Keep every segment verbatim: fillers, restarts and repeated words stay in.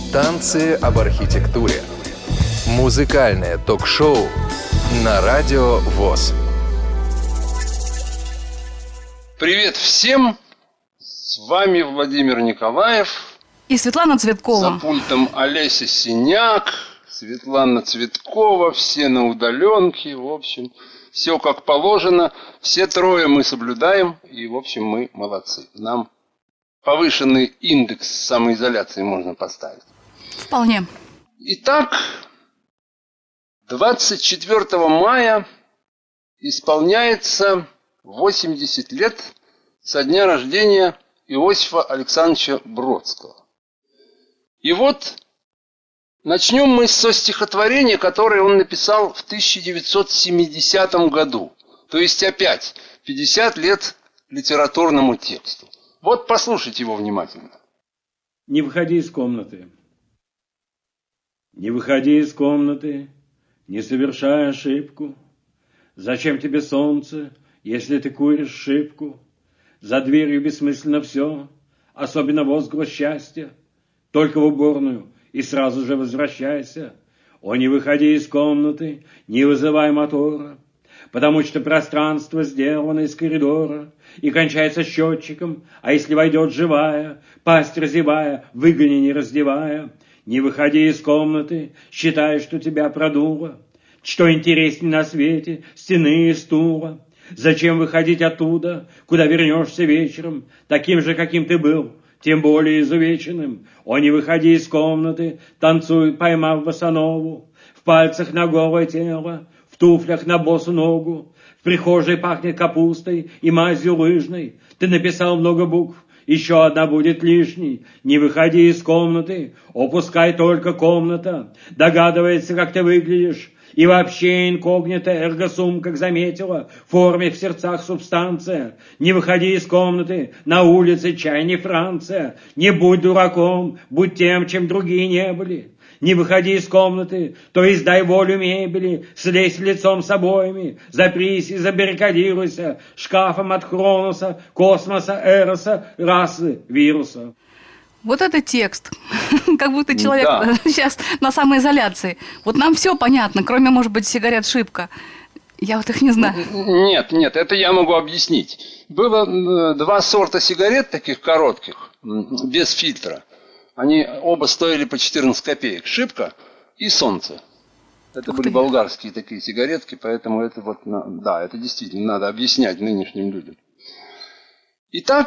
Танцы об архитектуре. Музыкальное ток-шоу на Радио ВОС. Привет всем! С вами Владимир Николаев и Светлана Цветкова. За пультом Олеся Синяк, Светлана Цветкова, все на удаленке, в общем, все как положено. Все трое мы соблюдаем, и, в общем, мы молодцы. Нам повышенный индекс самоизоляции можно поставить. Вполне. Итак, двадцать четвёртого мая исполняется восемьдесят лет со дня рождения Иосифа Александровича Бродского. И вот начнем мы со стихотворения, которое он написал в тысяча девятьсот семидесятом году. То есть опять пятьдесят лет литературному тексту. Вот послушайте его внимательно. Не выходи из комнаты. Не выходи из комнаты, не совершай ошибку. Зачем тебе солнце, если ты куришь шибку? За дверью бессмысленно все, особенно возглас счастья. Только в уборную и сразу же возвращайся. О, не выходи из комнаты, не вызывай мотора, потому что пространство сделано из коридора и кончается счетчиком, а если войдет живая, пасть разевая, выгони не раздевая. Не выходи из комнаты, считай, что тебя продуло. Что интереснее на свете, стены и стула. Зачем выходить оттуда, куда вернешься вечером, таким же, каким ты был, тем более изувеченным? О, не выходи из комнаты, танцуй, поймав босонову, в пальцах на голое тело, в туфлях на босу ногу. В прихожей пахнет капустой и мазью лыжной. Ты написал много букв, еще одна будет лишней. Не выходи из комнаты, о, пускай только комната догадывается, как ты выглядишь. И вообще инкогнито, эрго-сум, как заметила, в форме в сердцах субстанция. Не выходи из комнаты, на улице чай не Франция. Не будь дураком, будь тем, чем другие не были. Не выходи из комнаты, то есть дай волю мебели, слезь лицом с обоями, запрись и забаррикадируйся шкафом от Хроноса, космоса, Эроса, расы, вируса. Вот это текст. Как будто человек да. сейчас на самоизоляции. Вот нам все понятно, кроме, может быть, сигарет шибко. Я вот их не знаю. Нет, нет, это я могу объяснить. Было два сорта сигарет таких коротких, без фильтра. Они оба стоили по четырнадцать копеек. Шибко и солнце. Это Ух были ты. болгарские такие сигаретки, поэтому это вот, да, это действительно надо объяснять нынешним людям. Итак,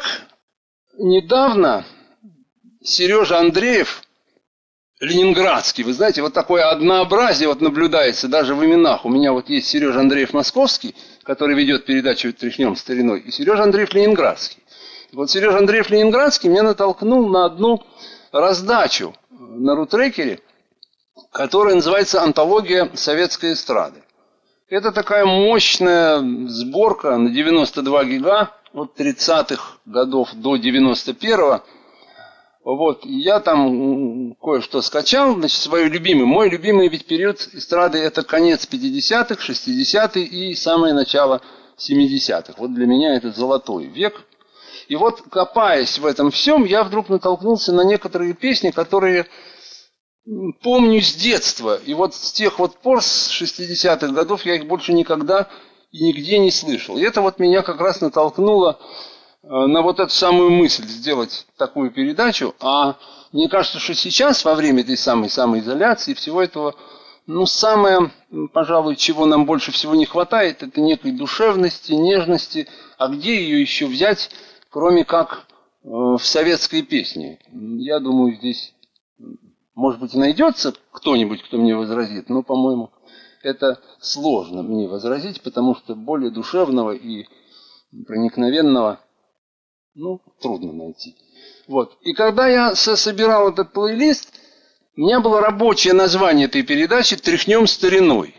недавно Сережа Андреев, ленинградский, вы знаете, вот такое однообразие вот наблюдается даже в именах. У меня вот есть Сережа Андреев московский, который ведет передачу «Тряхнем стариной», и Сережа Андреев ленинградский. Вот Сережа Андреев ленинградский меня натолкнул на одну раздачу на рутрекере, которая называется «Антология советской эстрады». Это такая мощная сборка на девяносто два гига от тридцатых годов до девяносто первого. Вот, я там кое-что скачал, значит, свою любимую. Мой любимый ведь период эстрады — это конец пятидесятых, шестидесятые и самое начало семидесятых. Вот для меня это золотой век. И вот, копаясь в этом всем, я вдруг натолкнулся на некоторые песни, которые помню с детства. И вот с тех вот пор, с шестидесятых годов, я их больше никогда и нигде не слышал. И это вот меня как раз натолкнуло на вот эту самую мысль сделать такую передачу. А мне кажется, что сейчас, во время этой самой самоизоляции, всего этого, ну, самое, пожалуй, чего нам больше всего не хватает, это некой душевности, нежности. А где ее еще взять, кроме как э, в советской песне? Я думаю, здесь, может быть, найдется кто-нибудь, кто мне возразит, но, по-моему, это сложно мне возразить, потому что более душевного и проникновенного, ну, трудно найти. Вот. И когда я собирал этот плейлист, у меня было рабочее название этой передачи «Тряхнем стариной».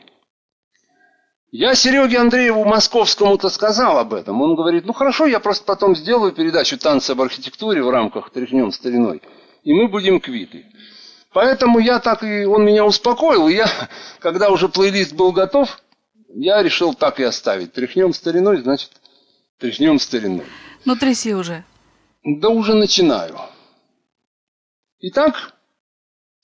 Я Сереге Андрееву московскому-то сказал об этом. Он говорит, ну хорошо, я просто потом сделаю передачу «Танцы об архитектуре» в рамках «Тряхнем стариной», и мы будем квиты. Поэтому я так и... Он меня успокоил, и я, когда уже плейлист был готов, я решил так и оставить. «Тряхнем стариной», значит, «Тряхнем стариной». Ну, тряси уже. Да уже начинаю. Итак,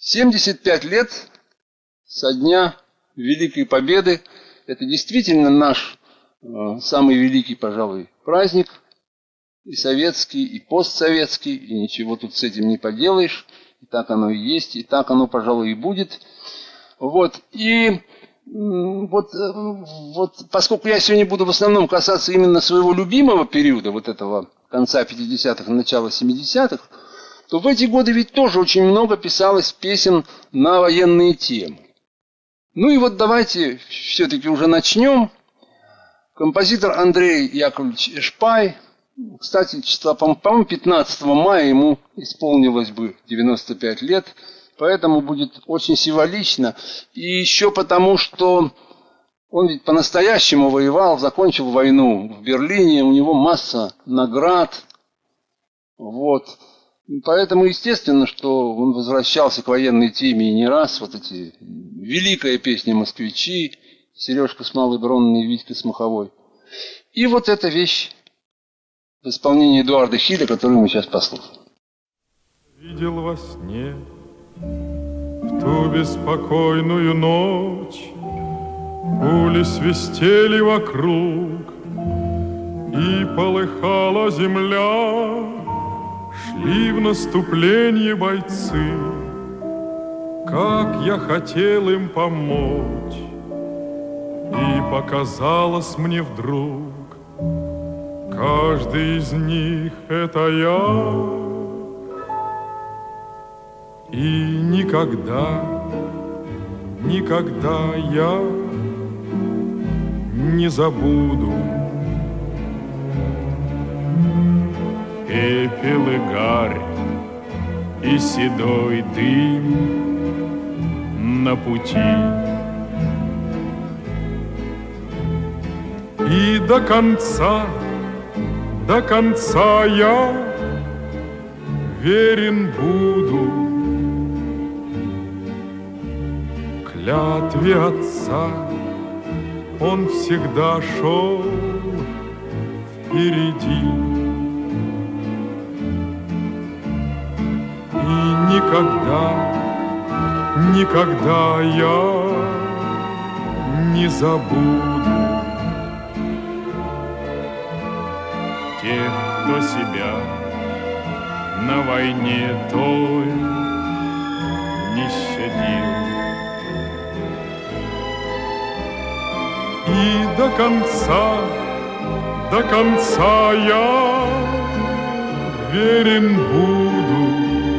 семьдесят пять лет со дня Великой Победы. Это действительно наш э, самый великий, пожалуй, праздник. И советский, и постсоветский, и ничего тут с этим не поделаешь. И так оно и есть, и так оно, пожалуй, и будет. Вот, и вот, вот поскольку я сегодня буду в основном касаться именно своего любимого периода, вот этого конца пятидесятых, начала семидесятых, то в эти годы ведь тоже очень много писалось песен на военные темы. Ну и вот давайте все-таки уже начнем. Композитор Андрей Яковлевич Эшпай, кстати, числа, по-моему, пятнадцатого мая ему исполнилось бы девяносто пять лет, поэтому будет очень символично. И еще потому, что он ведь по-настоящему воевал, закончил войну в Берлине, у него масса наград. Вот. Поэтому естественно, что он возвращался к военной теме и не раз. Вот эти великая песня «Москвичи», «Сережка с Малой Бронной» и «Витька с Маховой». И вот эта вещь в исполнении Эдуарда Хиля, которую мы сейчас послушаем. Видел во сне в ту беспокойную ночь, пули свистели вокруг, и полыхала земля. Шли в наступление бойцы, как я хотел им помочь, и показалось мне вдруг, каждый из них это я. И никогда, никогда я не забуду пепел и гарь и седой дым на пути. И до конца, до конца я верен буду клятве отца. Он всегда шел впереди. И никогда, никогда я не забуду тех, кто себя на войне той не щадил. И до конца, до конца я верен буду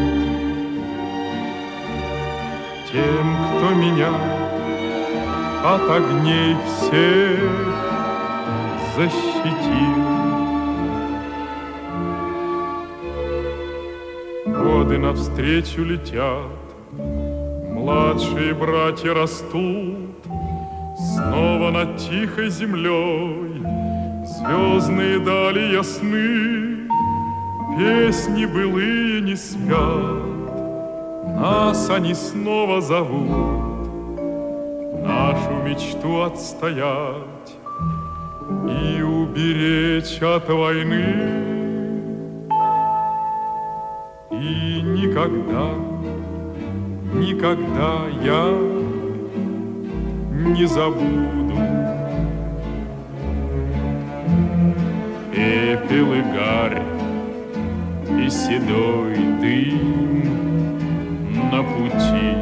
тем, кто меня от огней всех защитил. Годы навстречу летят, младшие братья растут, снова над тихой землей звездные дали ясны, песни былые не спят. Нас они снова зовут, нашу мечту отстоять и уберечь от войны. И никогда, никогда я не забуду пепел и гарь и седой дым на пути.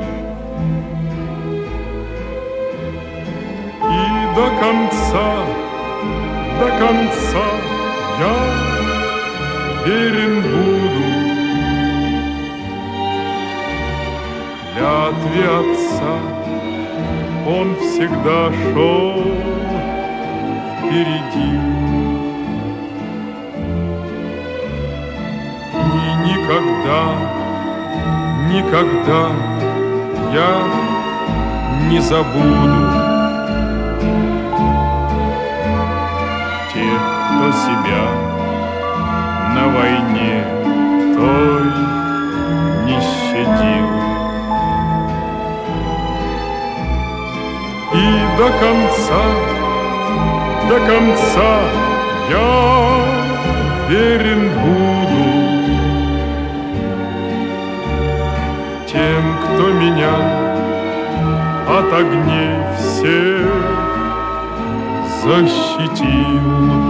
И до конца, до конца я верен буду клятве отца. Он всегда шел впереди. И никогда, никогда я не забуду тех, кто себя на войне той не щадил. И до конца, до конца я верен буду тем, кто меня от огней всех защитил.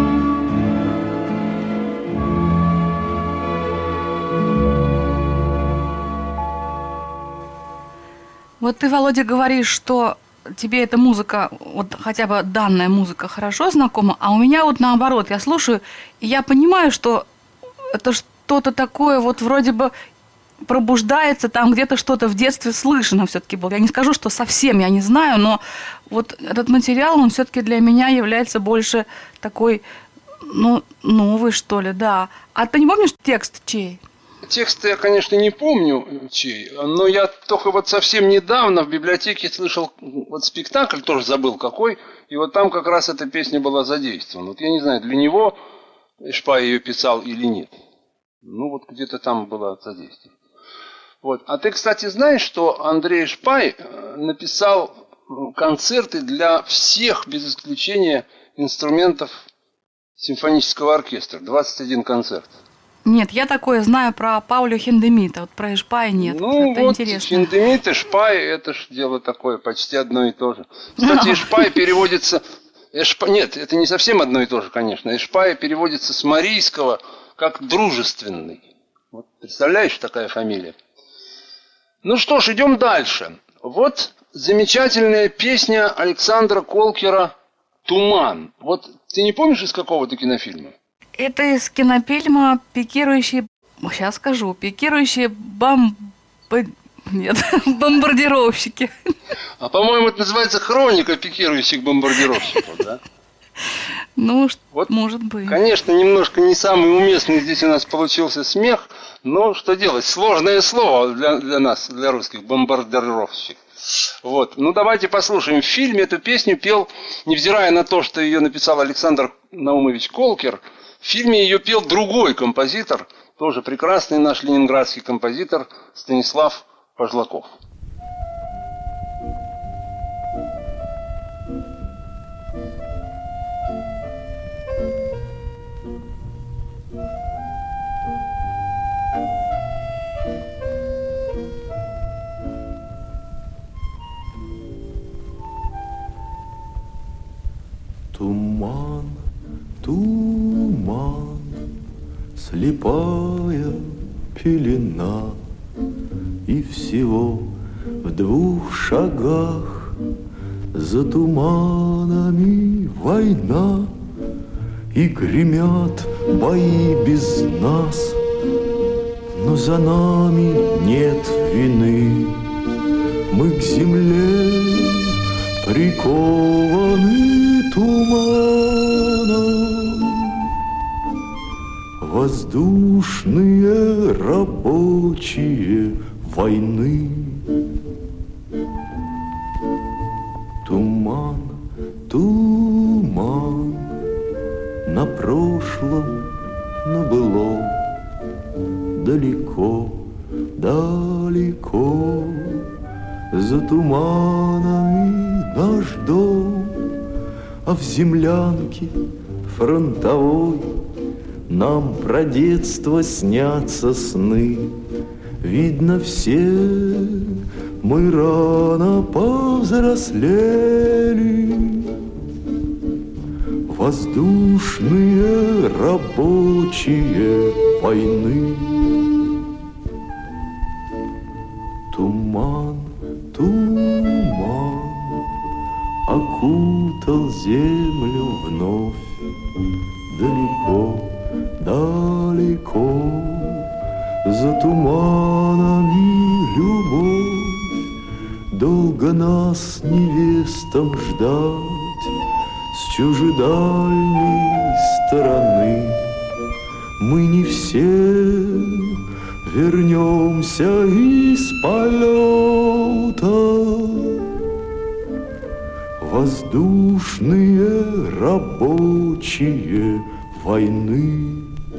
Вот ты, Володя, говоришь, что тебе эта музыка, вот хотя бы данная музыка хорошо знакома, а у меня вот наоборот, я слушаю, и я понимаю, что это что-то такое вот вроде бы пробуждается, там где-то что-то в детстве слышно все-таки было. Я не скажу, что совсем я не знаю, но вот этот материал, он все-таки для меня является больше такой, ну, новый, что ли, да. А ты не помнишь текст чей? Текст я, конечно, не помню чей, но я только вот совсем недавно в библиотеке слышал вот спектакль, тоже забыл какой, и вот там как раз эта песня была задействована. Вот я не знаю, для него Эшпай ее писал или нет. Ну вот где-то там было задействовано. Вот. А ты, кстати, знаешь, что Андрей Эшпай написал концерты для всех, без исключения, инструментов симфонического оркестра. двадцать один концерт. Нет, я такое знаю про Паулю Хиндемита, вот про Эшпая нет. Ну это вот, интересно. Хиндемит, Эшпай, это ж дело такое, почти одно и то же. Кстати, Эшпай переводится... Эшпай, нет, это не совсем одно и то же, конечно. Эшпай переводится с марийского как дружественный. Вот, представляешь, такая фамилия. Ну что ж, идем дальше. Вот замечательная песня Александра Колкера «Туман». Вот ты не помнишь, из какого-то кинофильма? Это из кинофильма «Пикирующие...» Сейчас скажу. «Пикирующие бомб... Нет, бомбардировщики». А по-моему, это называется «Хроника пикирующих бомбардировщиков», да? Ну, вот, может быть. Конечно, немножко не самый уместный здесь у нас получился смех, но что делать? Сложное слово для, для нас, для русских, бомбардировщик. Вот. Ну, давайте послушаем. В фильме эту песню пел, невзирая на то, что ее написал Александр Наумович Колкер, в фильме ее пел другой композитор, тоже прекрасный наш ленинградский композитор Станислав Пожлаков. Туман, туман, слепая пелена, и всего в двух шагах за туманами война, и гремят бои без нас, но за нами нет вины. Мы к земле прикованы туманом, воздушные рабочие войны. Туман, туман, на прошлом, на былом, далеко, далеко, за туманами наш дом, а в землянке фронтовой нам про детство снятся сны. Видно, все мы рано повзрослели, воздушные рабочие войны. Туман, туман окутал землю вновь, далеко, далеко, за туманами любовь. Долго нас невестам ждать с чужедальней стороны. Мы не все вернемся из полета. Воздушные рабочие войны.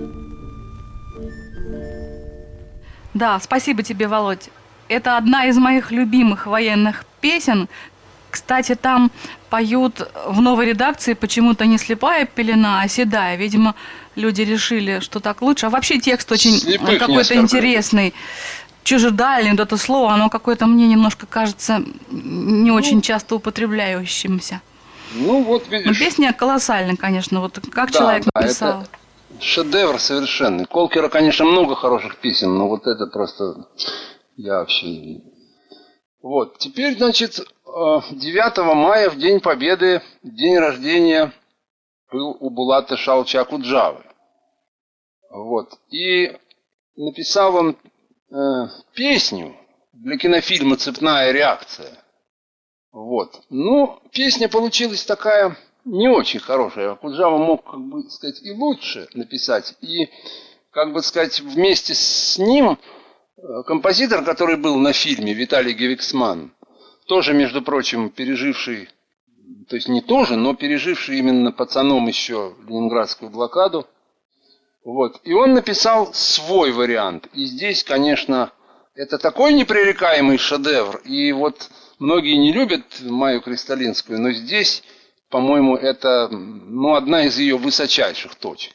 Да, спасибо тебе, Володь. Это одна из моих любимых военных песен. Кстати, там поют в новой редакции почему-то не слепая пелена, а седая. Видимо, люди решили, что так лучше. А вообще текст очень какой-то интересный. чужедальный, вот это слово, оно какое-то мне немножко кажется не очень ну, часто употребляющимся. Ну, вот видишь. Но песня колоссальная, конечно, вот как да, человек да, написал. Это шедевр совершенный. Колкера, конечно, много хороших песен, но вот это просто я вообще... Вот, теперь, значит, девятого мая, в День Победы, день рождения был у Булата Шалча Куджавы. Вот, и написал он э, песню для кинофильма «Цепная реакция». Вот. Ну, песня получилась такая не очень хорошая. Куджава мог, как бы сказать, и лучше написать. И, как бы сказать, вместе с ним композитор, который был на фильме, Виталий Гевиксман, тоже, между прочим, переживший, то есть не тоже, но переживший именно пацаном еще ленинградскую блокаду. Вот. И он написал свой вариант. И здесь, конечно, это такой непререкаемый шедевр. И вот многие не любят Майю Кристалинскую, но здесь, по-моему, это ну, одна из ее высочайших точек.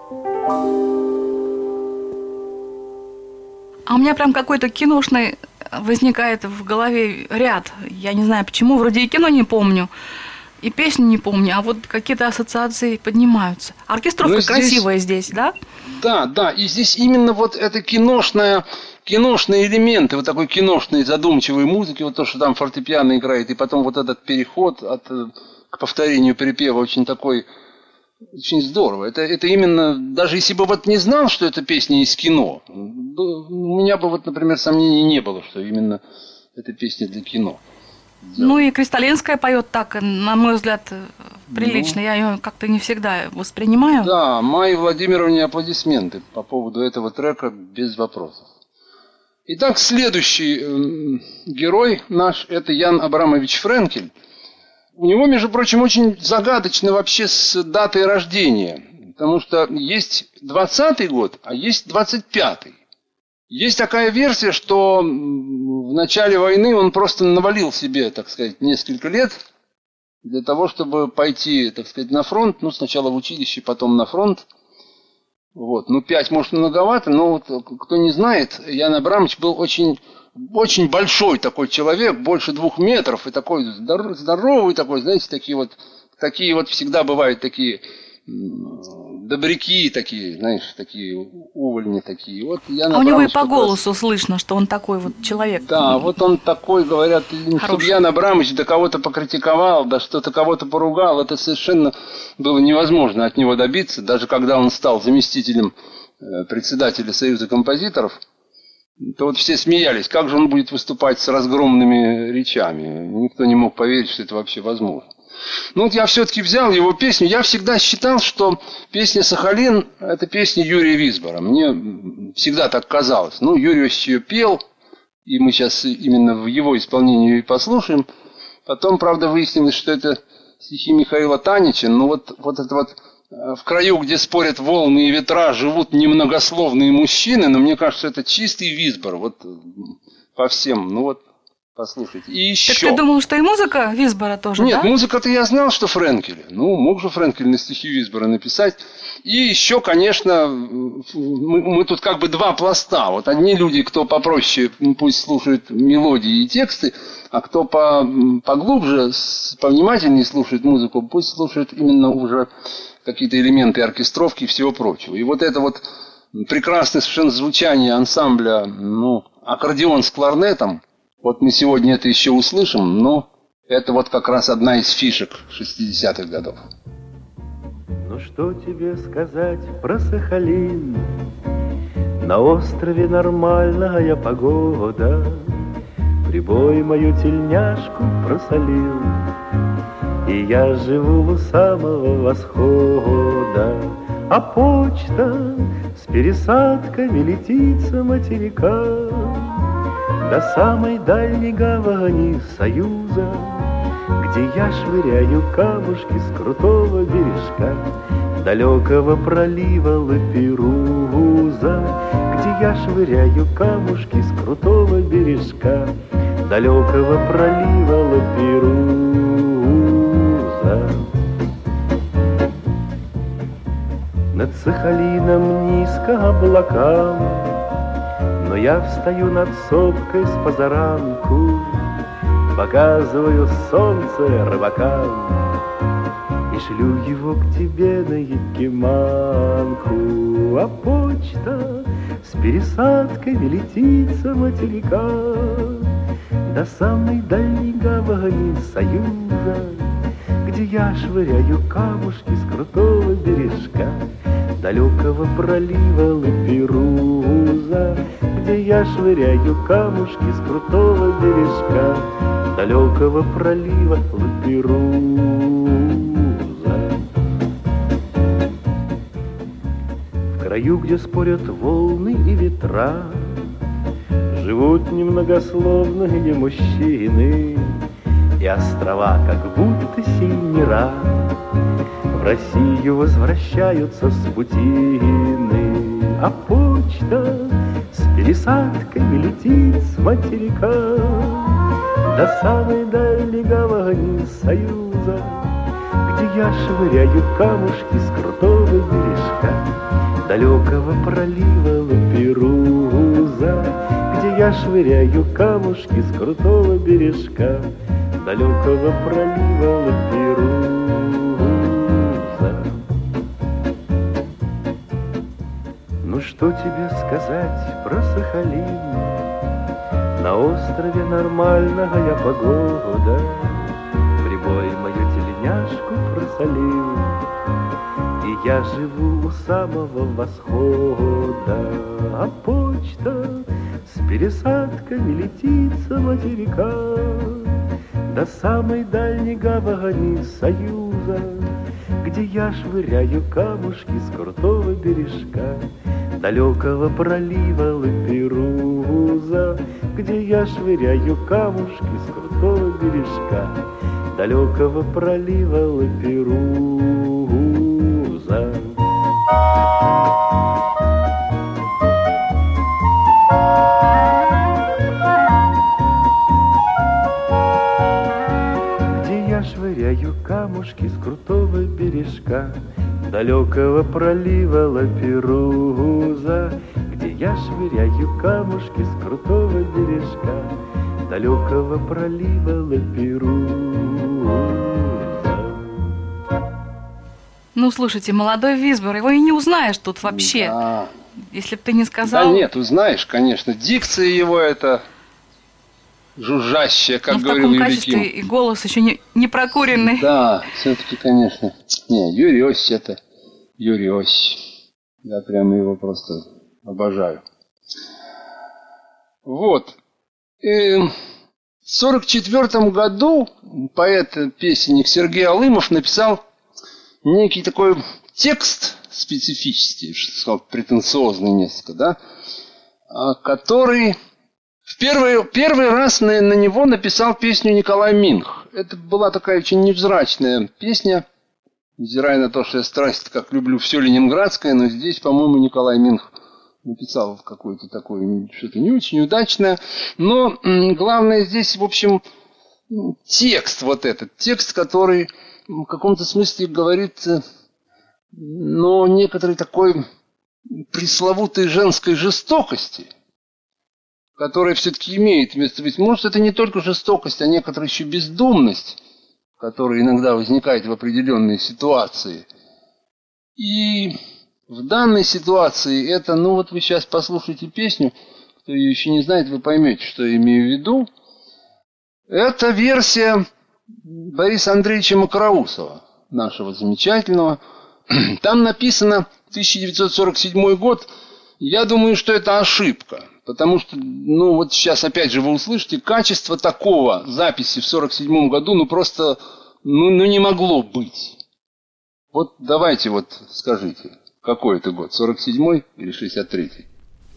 А у меня прям какой-то киношный возникает в голове ряд. Я не знаю почему, вроде и кино не помню, и песню не помню, а вот какие-то ассоциации поднимаются. Оркестровка здесь красивая здесь, да? Да, да, и здесь именно вот это киношное, киношные элементы, вот такой киношной задумчивой музыки, вот то, что там фортепиано играет, и потом вот этот переход от, к повторению припева очень такой, очень здорово. Это, это именно, даже если бы вот не знал, что это песня из кино, у меня бы вот, например, сомнений не было, что именно эта песня для кино. Ну и Кристалинская поет так, на мой взгляд, прилично. Ну, я ее как-то не всегда воспринимаю. Да, Майе Владимировне аплодисменты по поводу этого трека без вопросов. Итак, следующий э, герой наш – это Ян Абрамович Френкель. У него, между прочим, очень загадочно вообще с датой рождения. Потому что есть двадцатый год, а есть двадцать пятый. Есть такая версия, что в начале войны он просто навалил себе, так сказать, несколько лет для того, чтобы пойти, так сказать, на фронт. Ну, сначала в училище, потом на фронт. Вот. Ну, пять, может, многовато, но вот, кто не знает, Ян Абрамович был очень, очень большой такой человек, больше двух метров, и такой здоровый такой, знаете, такие вот, такие вот всегда бывают такие добряки такие, знаешь, такие увольни такие. Вот Ян а у него и по раз... голосу слышно, что он такой вот человек. Да, вот он такой, говорят, чтобы Ян Абрамович да кого-то покритиковал, да что-то кого-то поругал, это совершенно было невозможно от него добиться. Даже когда он стал заместителем председателя Союза композиторов, то вот все смеялись, как же он будет выступать с разгромными речами. Никто не мог поверить, что это вообще возможно. Ну вот я все-таки взял его песню. Я всегда считал, что песня «Сахалин» – это песня Юрия Висбора. Мне всегда так казалось. Ну, Юрий Иосифович ее пел, и мы сейчас именно в его исполнении ее и послушаем. Потом, правда, выяснилось, что это стихи Михаила Танича. Но вот, вот это вот в краю, где спорят волны и ветра, живут немногословные мужчины. Но мне кажется, это чистый Висбор. Вот по всем, ну вот. Послушайте. И еще. Так ты думал, что и музыка Висбора тоже, Нет, да? музыка-то я знал, что Френкеля. Ну, мог же Френкель на стихи Висбора написать. И еще, конечно, мы, мы тут как бы два пласта. Вот одни люди, кто попроще, пусть слушают мелодии и тексты, а кто по, поглубже, повнимательнее слушает музыку, пусть слушает именно уже какие-то элементы оркестровки и всего прочего. И вот это вот прекрасное совершенно звучание ансамбля, ну, аккордеон с кларнетом, вот мы сегодня это еще услышим, но это вот как раз одна из фишек шестидесятых годов. Ну что тебе сказать про Сахалин? На острове нормальная погода. Прибой мою тельняшку просолил, и я живу у самого восхода. А почта с пересадками летит с материка до самой дальней гавани Союза, где я швыряю камушки с крутого бережка далекого пролива Лаперуза, где я швыряю камушки с крутого бережка далекого пролива Лаперуза. Над Сахалином низко облакам, но я встаю над сопкой с позаранку, показываю солнце рыбакам и шлю его к тебе на Якиманку. А почта с пересадками летит с материка до самой дальней гавани Союза, где я швыряю камушки с крутого бережка далекого пролива Лаперуза, где я швыряю камушки с крутого бережка далекого пролива Лаперуза. В краю, где спорят волны и ветра, живут немногословные мужчины, и острова как будто синера в Россию возвращаются с путины. А почта с пересадками летит с материка до самой дальней гавани Союза, где я швыряю камушки с крутого бережка далекого пролива Лаперуза, где я швыряю камушки с крутого бережка, далекого пролива Лаперуза. Ну что тебе сказать про Сахалин? На острове нормальная погода, прибой мою тельняшку просолил, и я живу у самого восхода, а почта с пересадками летит с материка до самой дальней гавани Союза, где я швыряю камушки с крутого бережка, далекого пролива Лаперуза, где я швыряю камушки с крутого бережка, далекого пролива Лаперуза. Где я швыряю камушки с крутого бережка, далекого пролива Лаперуза, где я швыряю камушки с крутого бережка, далекого пролива Лаперуза. Ну, слушайте, молодой Висбор, его и не узнаешь тут вообще, Да. если бы ты не сказал. Да нет, узнаешь, конечно. Дикция его это жужжащая, как Но в говорил таком качестве Юрий и голос еще не, не прокуренный. Да, все-таки, конечно. Не, Юрий Ось это Юрий Ось. Я прямо его просто обожаю. Вот. И в сорок четвёртом году поэт-песенник Сергей Алымов написал некий такой текст специфический, что сказал, претенциозный несколько, да, который в первый, первый раз на, на него написал песню Николай Минх. Это была такая очень невзрачная песня, невзирая на то, что я страсть, как люблю все ленинградское, но здесь, по-моему, Николай Минх написал какое-то такое, что-то не очень удачное. Но м, главное здесь, в общем, текст вот этот, текст, который в каком-то смысле говорит, но некоторой такой пресловутой женской жестокости, которая все-таки имеет место быть. Может, это не только жестокость, а некоторая еще бездумность, которая иногда возникает в определенной ситуации. И в данной ситуации это, ну вот вы сейчас послушайте песню, кто ее еще не знает, вы поймете, что я имею в виду. Это версия Бориса Андреевича Макроусова, нашего замечательного. Там написано тысяча девятьсот сорок седьмой год. Я думаю, что это ошибка. Потому что, ну вот сейчас опять же вы услышите, качество такого записи в сорок седьмом году, ну просто, ну, ну не могло быть. Вот давайте вот скажите, какой это год, сорок седьмой или шестьдесят третий?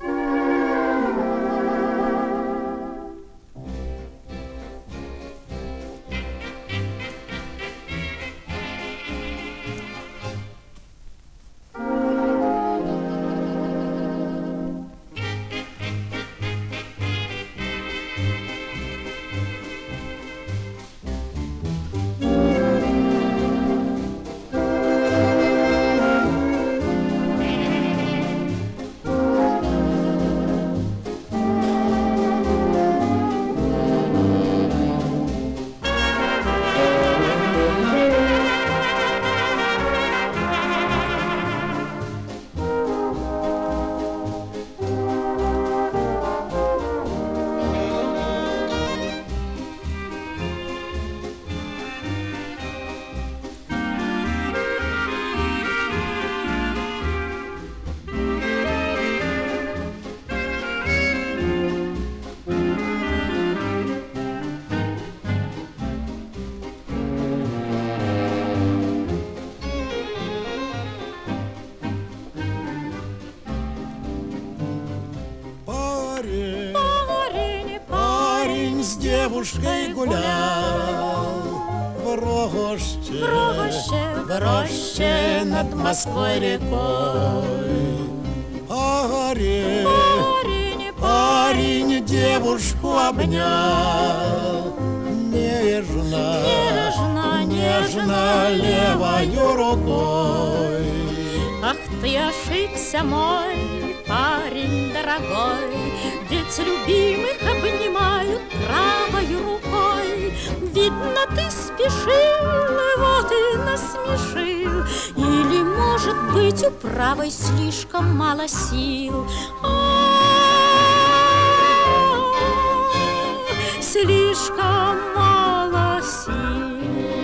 Девушкой гулял в роще, в роще, в роще над Москвой рекой. Парень, парень, парень девушку обнял нежно, нежно, нежно левою рукой. Ах, ты ошибся, мой парень дорогой, ведь любимых обнимают правой рукой. Видно, ты спешил, вот и насмешил, или, может быть, у правой слишком мало сил. А-а-а, слишком мало сил.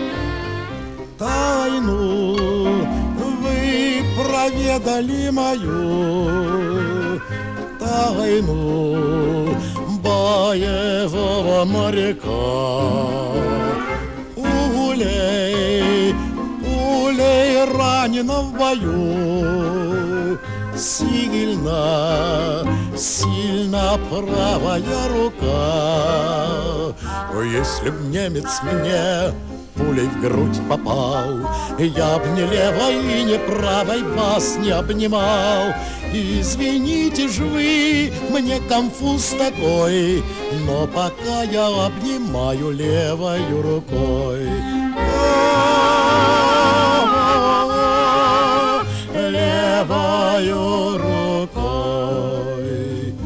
Тайну вы проведали мою, тайну боевого моряка. Улей, улей ранена в бою, сильно, сильно правая рука. Если б немец мне пулей в грудь попал, я б не левой и не правой вас не обнимал. Извините ж вы, мне конфуз такой, но пока я обнимаю левою рукой. Левою рукой.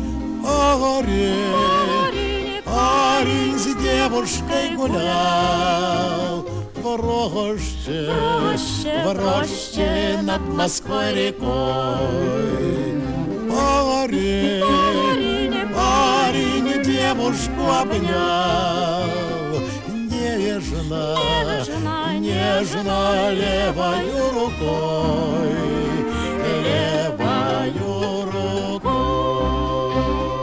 Парень, парень с девушкой гулял в роще, в роще над Москвой рекой. Парень, парень девушку обнял нежно, нежно левою рукой, левою рукой.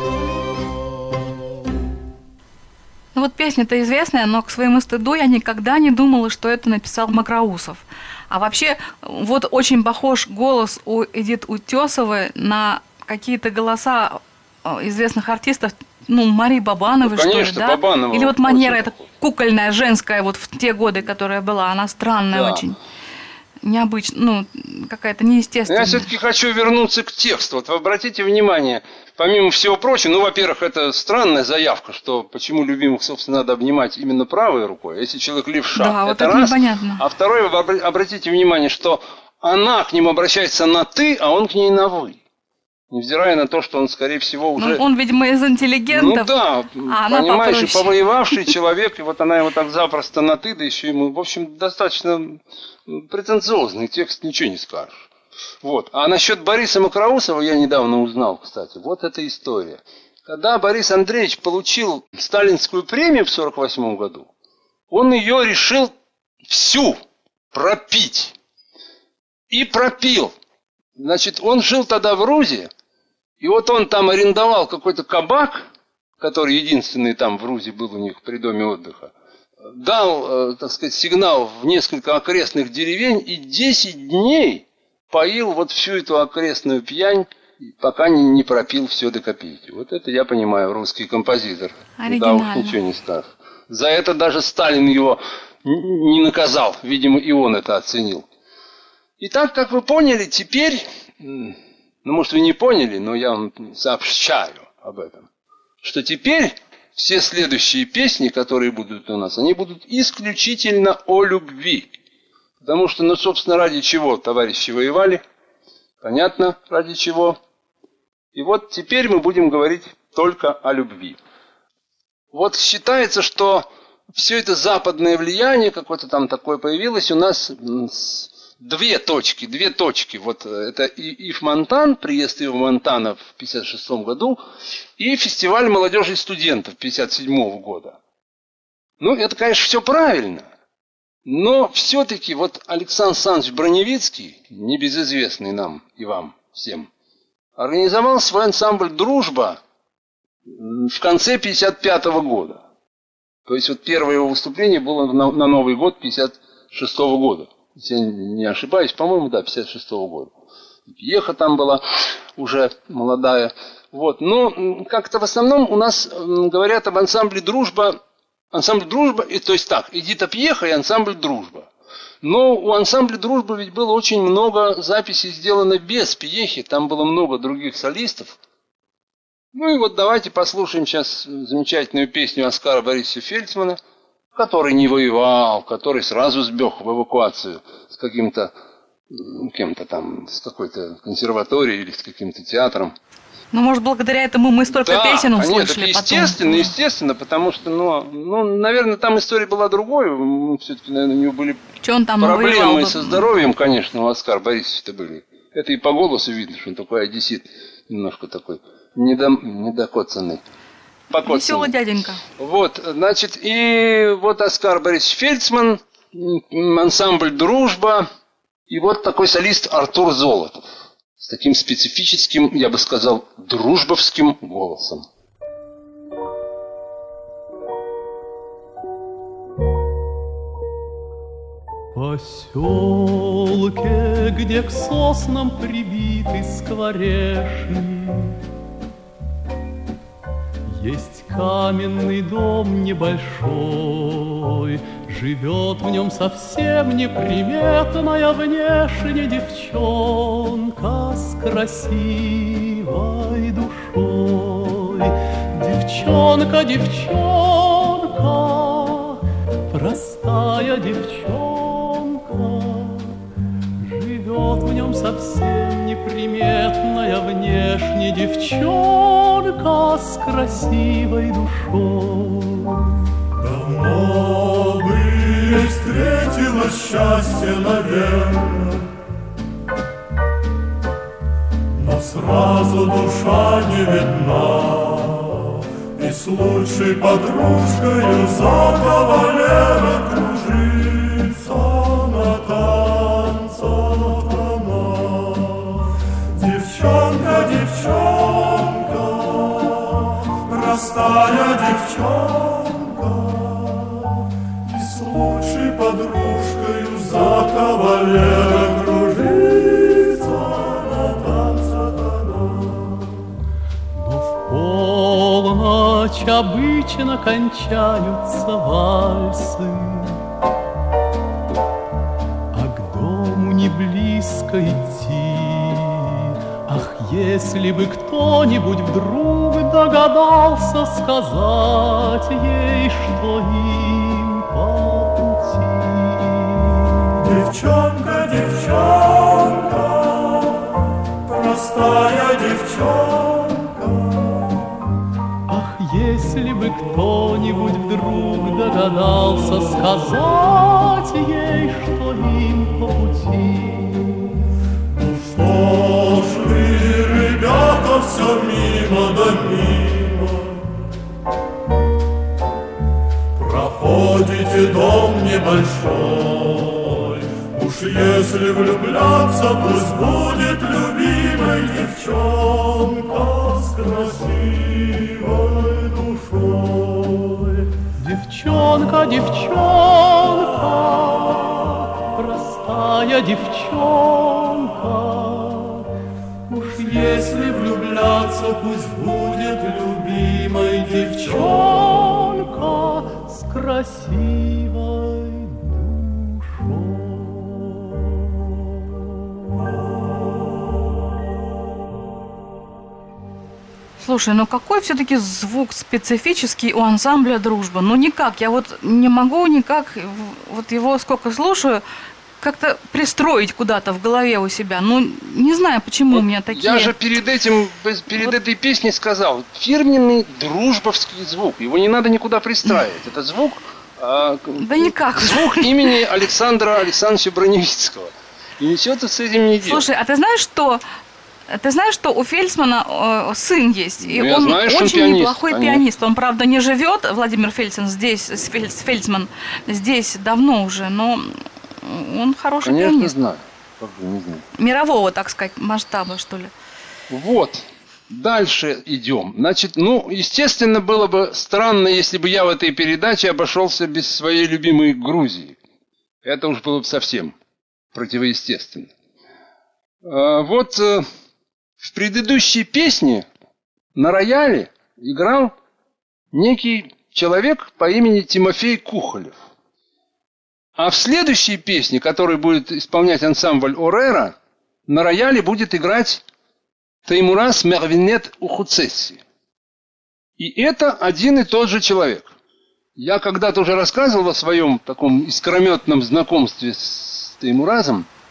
Ну вот песня-то известная, но к своему стыду я никогда не думала, что это написал Мокроусов. А вообще, вот очень похож голос у Эдит Утесовой на какие-то голоса известных артистов, ну, Марии Бабановой, ну, конечно, что ли, да? Бабанова. Или вот манера эта кукольная, женская, вот в те годы, которая была, она странная, да, очень. Необычная, ну, какая-то неестественная. Я все-таки хочу вернуться к тексту. Вот вы обратите внимание, помимо всего прочего, ну, во-первых, это странная заявка, что почему любимых, собственно, надо обнимать именно правой рукой, если человек левша. Да, это вот это раз. непонятно. А второе, вы обратите внимание, что она к нему обращается на «ты», а он к ней на «вы». Невзирая на то, что он, скорее всего, уже... Ну, он, видимо, из интеллигентов. Ну да, а понимаешь, повоевавший человек, и вот она его так запросто на «ты», да еще ему, в общем, достаточно претенциозный текст, ничего не скажешь. Вот. А насчет Бориса Мокроусова я недавно узнал, кстати, вот эта история. Когда Борис Андреевич получил сталинскую премию в сорок восьмом году, он ее решил всю пропить. И пропил. Значит, он жил тогда в Рузе, и вот он там арендовал какой-то кабак, который единственный там в Рузе был у них при доме отдыха, дал, э, так сказать, сигнал в несколько окрестных деревень и десять дней поил вот всю эту окрестную пьянь, пока не, не пропил все до копейки. Вот это я понимаю, русский композитор. Да уж ничего не скажешь. За это даже Сталин его не наказал, видимо, и он это оценил. Итак, как вы поняли, теперь, ну, может, вы не поняли, но я вам сообщаю об этом, что теперь все следующие песни, которые будут у нас, они будут исключительно о любви. Потому что, ну, собственно, ради чего товарищи воевали, понятно, ради чего. И вот теперь мы будем говорить только о любви. Вот считается, что все это западное влияние, какое-то там такое появилось у нас... Две точки, две точки. Вот это Ив Монтан, приезд Ива Монтана в пятьдесят шестом году, и фестиваль молодежи и студентов пятьдесят седьмого года. Ну, это, конечно, все правильно. Но все-таки вот Александр Александрович Броневицкий, небезызвестный нам и вам всем, организовал свой ансамбль «Дружба» в конце пятьдесят пятого года. То есть вот первое его выступление было на, на Новый год пятьдесят шестого года. Если я не ошибаюсь, по-моему, да, пятьдесят шестого года. Пьеха там была уже молодая. Вот. Но как-то в основном у нас говорят об ансамбле «Дружба». Ансамбль «Дружба», и, то есть так, Эдита Пьеха и ансамбль «Дружба». Но у ансамбля «Дружба» ведь было очень много записей сделано без Пьехи. Там было много других солистов. Ну и вот давайте послушаем сейчас замечательную песню Оскара Борисовича Фельдсмана, который не воевал, который сразу сбег в эвакуацию с каким-то кем-то там, с какой-то консерваторией или с каким-то театром. Ну, может, благодаря этому мы столько да, песен услышали. Нет, это естественно, потом. естественно, потому что, ну, ну, наверное, там история была другой. Все-таки, наверное, у него были там проблемы со здоровьем, конечно, у Оскара Борисовича-то были. Это и по голосу видно, что он такой одессит, немножко такой недо, недокоцанный. Покоцанный. Веселый дяденька. Вот, значит, и вот Оскар Борисович Фельдсман, ансамбль «Дружба», и вот такой солист Артур Золотов. С таким специфическим, я бы сказал, дружбовским голосом. В поселке, где к соснам прибиты скворечни, есть каменный дом небольшой, живет в нем совсем неприметная внешне девчонка с красивой душой. Девчонка, девчонка, простая девчонка, живет в нем совсем неприметная внешне девчонка с красивой душой. Давно бы ей встретилось счастье, наверное, но сразу душа не видна, и с лучшей подружкою за кавалера кружится на танцах она. Девчонка, девчонка, простая девчонка, лучшей подружкою за кавалера кружится на танцах она. Но в полночь обычно кончаются вальсы, а к дому не близко идти. Ах, если бы кто-нибудь вдруг догадался сказать ей, что им по пути. Девчонка, девчонка, простая девчонка. Ах, если бы кто-нибудь вдруг догадался сказать ей, что им по пути. Ну что ж вы, ребята, все мимо да мимо, проходите дом небольшой. Уж если влюбляться, пусть будет любимой девчонка с красивой душой. Девчонка, девчонка, простая девчонка, уж если влюбляться, пусть будет любимой девчонка с красивой душой. Слушай, ну какой все-таки звук специфический у ансамбля «Дружба»? Ну никак, я вот не могу никак, вот его сколько слушаю, как-то пристроить куда-то в голове у себя. Ну, не знаю, почему вот у меня такие... Я же перед этим, перед вот этой песней сказал, фирменный дружбовский звук. Его не надо никуда пристраивать. Это звук... А, да никак. Звук имени Александра Александровича Броневицкого. И ничего ты с этим не делаешь. Слушай, а ты знаешь, что... Ты знаешь, что у Фельдсмана э, сын есть, и ну, он знаю, очень пианист, неплохой конечно. пианист. Он, правда, не живет, Владимир Фельдсман, здесь, Фельдсман, здесь давно уже, но он хороший конечно, пианист. Знаю. Как же не знаю. Мирового, так сказать, масштаба, что ли. Вот. Дальше идем. Значит, ну, естественно, было бы странно, если бы я в этой передаче обошелся без своей любимой Грузии. Это уж было бы совсем противоестественно. А, вот... В предыдущей песне на рояле играл некий человек по имени Тимофей Кухолев. А в следующей песне, которую будет исполнять ансамбль «Орера», на рояле будет играть Теймураз Мервинет Ухуцесси. И это один и тот же человек. Я когда-то уже рассказывал о своем таком искрометном знакомстве с Теймуразом.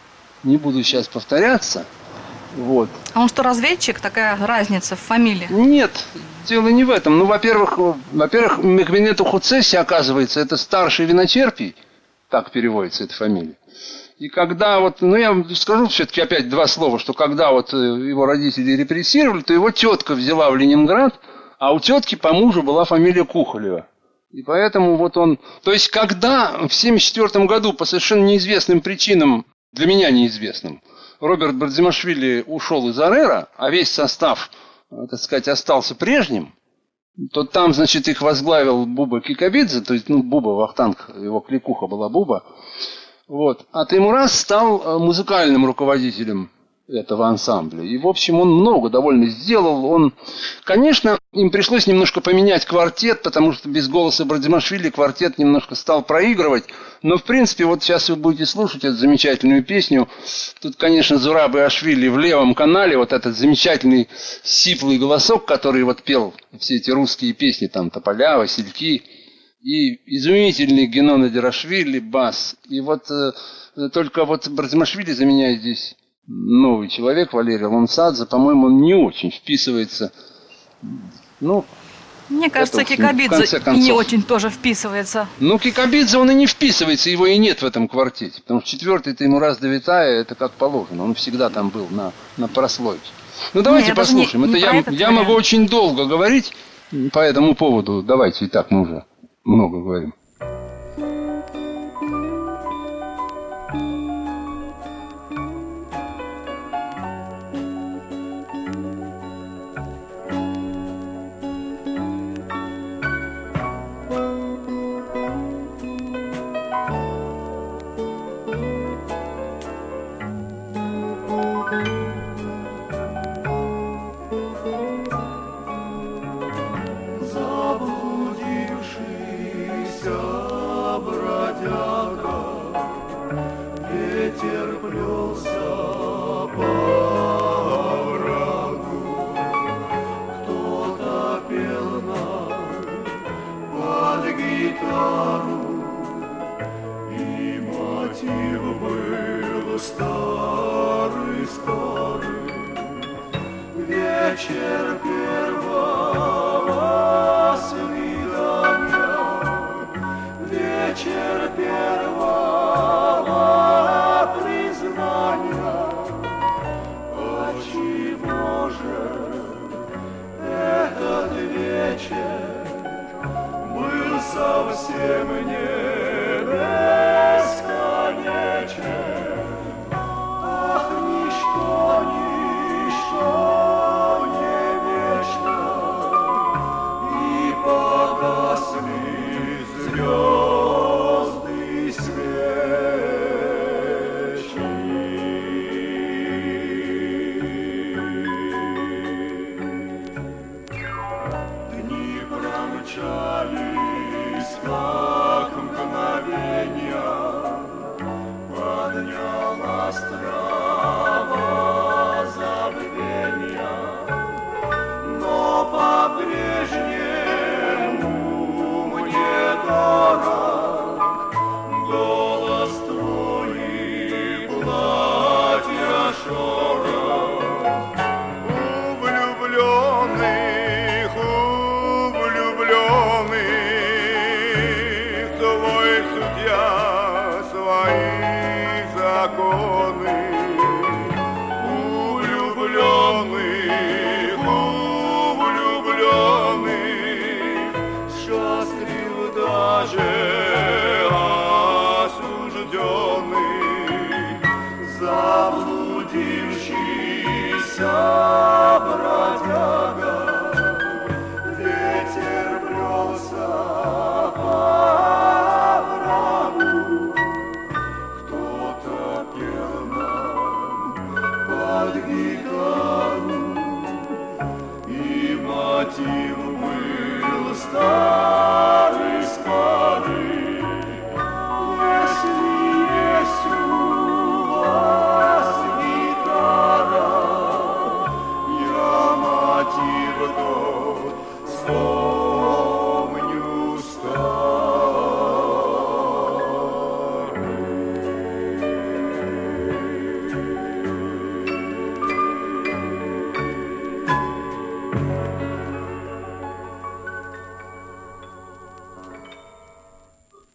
не буду сейчас повторяться. Вот. А он что, разведчик? Такая разница в фамилии? Нет, дело не в этом. Ну, во-первых, во-первых, Мехменету Хуцеси, оказывается, это старший виночерпий, так переводится эта фамилия. И когда вот, ну я скажу все-таки опять два слова, что когда вот его родители репрессировали, то его тетка взяла в Ленинград, а у тетки по мужу была фамилия Кухолева. И поэтому вот он... То есть, когда в семьдесят четвёртом году по совершенно неизвестным причинам, для меня неизвестным, Роберт Бардзимашвили ушел из АРЭРа, а весь состав, так сказать, остался прежним, то там, значит, их возглавил Буба Кикабидзе, то есть, ну, Буба Вахтанг, его кликуха была Буба. Вот. А Теймураз стал музыкальным руководителем этого ансамбля. И, в общем, он много довольно сделал. Он, конечно, им пришлось немножко поменять квартет, потому что без голоса Бардзимашвили квартет немножко стал проигрывать. Но, в принципе, вот сейчас вы будете слушать эту замечательную песню. Тут, конечно, Зураб Иашвили в левом канале, вот этот замечательный сиплый голосок, который вот пел все эти русские песни, там, Тополя, Васильки. И изумительный Генон Эдирашвили, бас. И вот э, только вот Бардзимашвили заменяет здесь новый человек, Валерий Ломсадзе. По-моему, он не очень вписывается. Ну, мне кажется, Кикабидзе не очень тоже вписывается. Ну, Кикабидзе, он и не вписывается, его и нет в этом квартете. Потому что четвертый Теймураз Давитая, это как положено. Он всегда там был на, на прослойке. Ну, давайте Нет, послушаем. Не, это не я, это я могу очень долго говорить по этому поводу. Давайте, и так мы уже много говорим.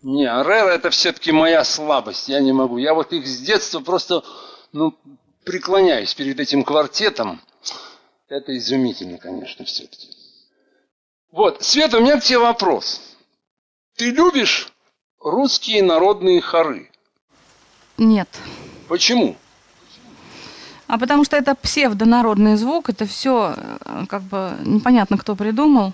Не, арера это все-таки моя слабость, я не могу. Я вот их с детства просто, ну, преклоняюсь перед этим квартетом. Это изумительно, конечно, все-таки. Вот, Света, у меня к тебе вопрос. Ты любишь русские народные хоры? Нет. Почему? А потому что это псевдонародный звук, это все как бы непонятно, кто придумал.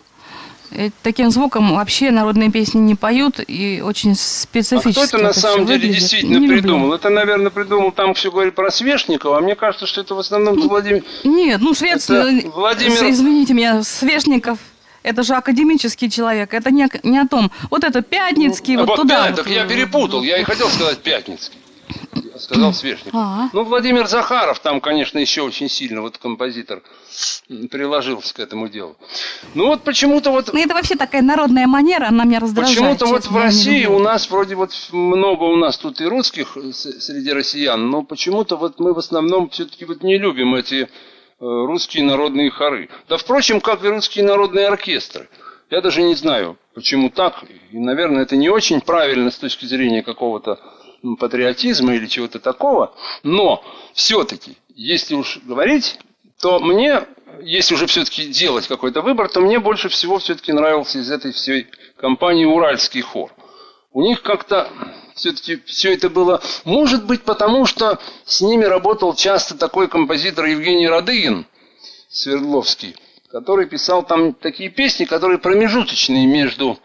И таким звуком вообще народные песни не поют, и очень специфически. А кто это на самом деле выглядит. действительно Не придумал? люблю. Это, наверное, придумал, там все говорит про Свешникова, а мне кажется, что это в основном Владимир... Нет, ну швец, Владимир... извините меня, Свешников, это же академический человек, это не, не о том. Вот это Пятницкий, а вот туда. Так вот. я перепутал, я и хотел сказать Пятницкий. Я сказал Свешников. А-а. Ну, Владимир Захаров там, конечно, еще очень сильно, вот композитор, приложился к этому делу. Ну вот почему-то вот... Ну это вообще такая народная манера, она меня раздражает. Почему-то вот честно, в России у люблю. нас вроде вот много у нас тут и русских среди россиян, но почему-то вот мы в основном все-таки вот не любим эти русские народные хоры. Да, впрочем, как и русские народные оркестры. Я даже не знаю, почему так. И, наверное, это не очень правильно с точки зрения какого-то патриотизма или чего-то такого. Но все-таки, если уж говорить, то мне, если уже все-таки делать какой-то выбор, то мне больше всего все-таки нравился из этой всей компании уральский хор. У них как-то все-таки все это было, может быть, потому что с ними работал часто такой композитор Евгений Радыгин, Свердловский, который писал там такие песни, которые промежуточные между...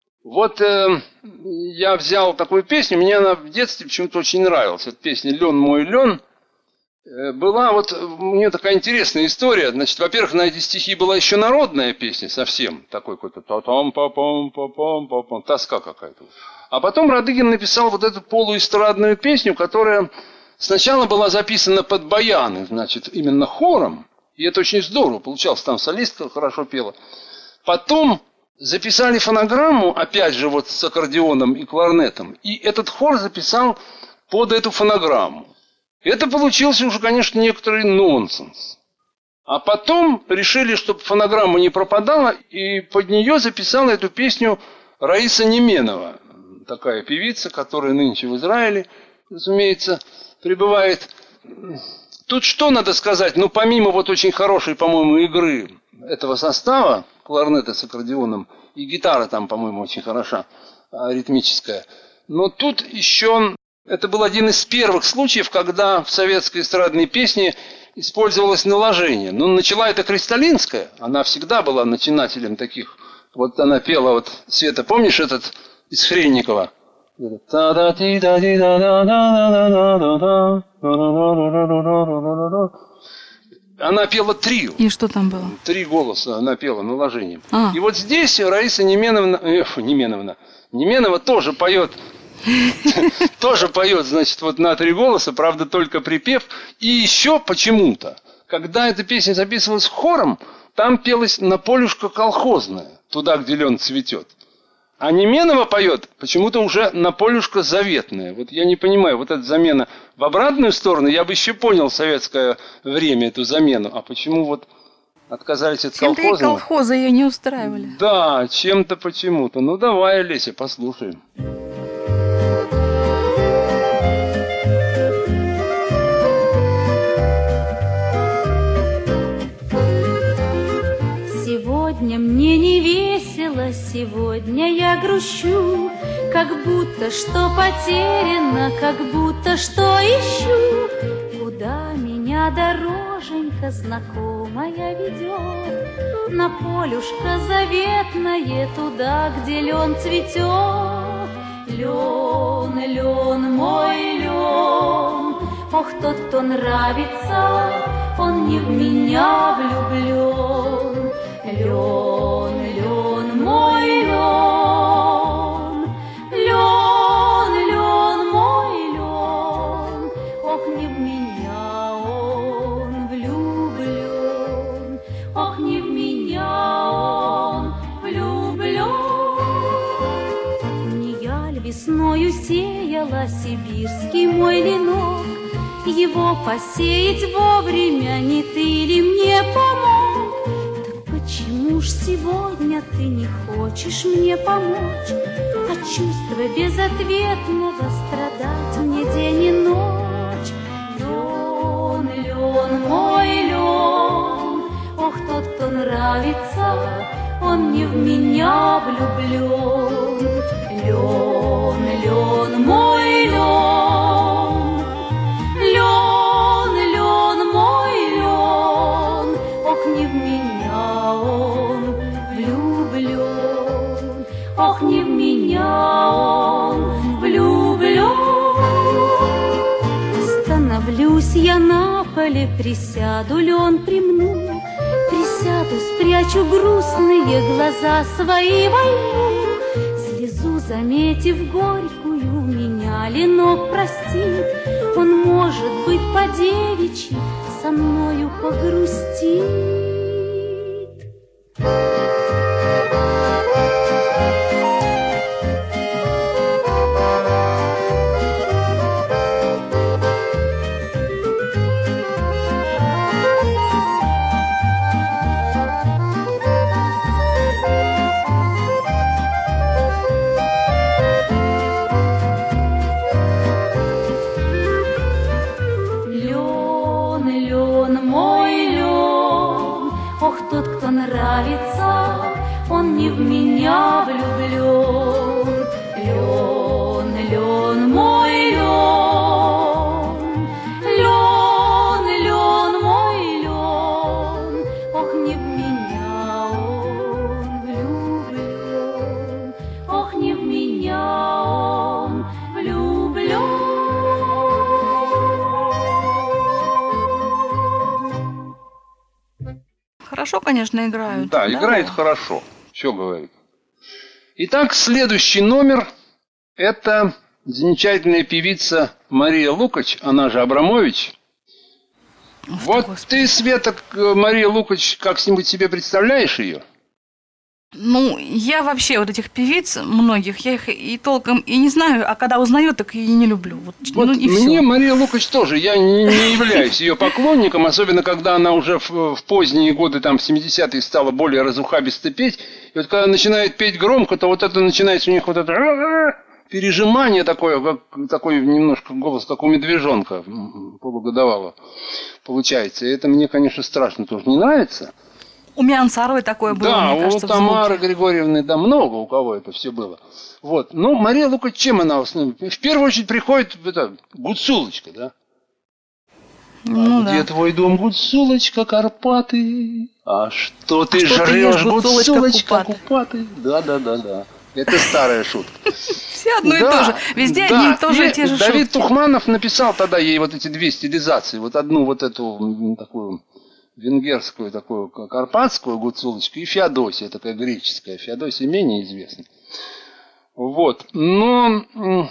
Вот э, я взял такую песню, мне она в детстве почему-то очень нравилась. Эта песня «Лен мой лен». Э, была вот, у нее такая интересная история. Значит, во-первых, на эти стихи была еще народная песня совсем. Такой какой-то та-там-па-пам-па-пам-па-пам, тоска какая-то. А потом Радыгин написал вот эту полуэстрадную песню, которая сначала была записана под баяны, значит, именно хором. И это очень здорово получалось. Там солистка хорошо пела. Потом записали фонограмму, опять же, вот с аккордеоном и кларнетом. И этот хор записал под эту фонограмму. Это получился уже, конечно, некоторый нонсенс. А потом решили, чтобы фонограмма не пропадала, и под нее записала эту песню Раиса Неменова. Такая певица, которая нынче в Израиле, разумеется, пребывает. Тут что надо сказать? Ну, помимо вот очень хорошей, по-моему, игры этого состава, кларнета с аккордеоном, и гитара там, по-моему, очень хороша, ритмическая. Но тут еще... Это был один из первых случаев, когда в советской эстрадной песне использовалось наложение. Ну, начала это Кристалинская, она всегда была начинателем таких. Вот она пела, вот, Света, помнишь этот из Хренникова? Она пела трио. И что там было? Три голоса она пела наложением. А. И вот здесь Раиса Неменовна, э, Неменовна, Неменова тоже поет, тоже поет, значит, вот на три голоса, правда, только припев. И еще почему-то, когда эта песня записывалась хором, там пелась «Наполюшка колхозная», туда, где лен цветет. А Неменова поет почему-то уже «Наполюшка заветная». Вот я не понимаю, вот эта замена в обратную сторону, я бы еще понял в советское время эту замену. А почему вот отказались от Чем-то колхозного? и колхозы ее не устраивали. Да, чем-то почему-то. Ну давай, Олеся, послушаем. Сегодня мне не весело, сегодня я грущу, как будто что потеряно, как будто что ищу. Куда меня дороженька знакомая ведет? На полюшко заветное, туда, где лен цветет. Лен, лен, мой лен, ох, тот-то нравится, он не в меня влюблен. Лен, лен, мой лен, лен, лен, мой лен, ох, не в меня он влюблен, ох, не в меня он влюблен. Не я ль весною сеяла сибирский мой венок, его посеять вовремя не ты ли мне помог? Почему ж сегодня меня ты не хочешь мне помочь, от чувства безответного страдать мне день и ночь. Лен, лен, мой лен, ох, тот, кто нравится, он не в меня влюблен. Лен, лен, мой лен, лен, лен, мой лен, ох, не в меня он влюблен, ох, не в меня он влюблен. Остановлюсь я на поле, присяду, лен примну, присяду, спрячу грустные глаза свои войну. Слезу, заметив горькую, меня ленок простит, он, может быть, по-девичьи со мною погрустит. Нравится, он не в меня влюблен. Лен, лен, мой лен, лен, лен, мой лен, ох, не в меня он влюблен, ох, не в меня он влюблен. Хорошо, конечно, играют. Да, да, играет хорошо. Все говорит. Итак, следующий номер – это замечательная певица Мария Лукач, она же Абрамович. Ух, вот ты, Света, Мария Лукач, как-нибудь себе представляешь ее? Ну, я вообще вот этих певиц, многих, я их и толком и не знаю, а когда узнаю, так и не люблю. Вот, вот ну, и мне все. Мария Лукач тоже, я не, не являюсь ее поклонником, особенно когда она уже в, в поздние годы, там, в семидесятые, стала более разухабисто петь. И вот когда начинает петь громко, то вот это начинается у них вот это пережимание такое, как такой немножко голос, как у медвежонка полугодовалого получается. И это мне, конечно, страшно тоже не нравится. У меня Ансаровой такое было, да, мне кажется, у Тамары Григорьевны, да, много у кого это все было. Вот. Ну, Мария Лукач, чем она в основном? В первую очередь приходит это, Гуцулочка, да? Ну, а да. Где твой дом, Гуцулочка, Карпаты? А что ты а что жрешь, ты ешь, Гуцулочка, Купаты? Да, да, да, да. Это старая шутка. Все одно и то же. Везде одни и тоже те же шутки. Давид Тухманов написал тогда ей вот эти две стилизации. Вот одну вот эту такую венгерскую, такую карпатскую Гуцулочку и Феодосия, такая греческая. Феодосия менее известна. Вот. Но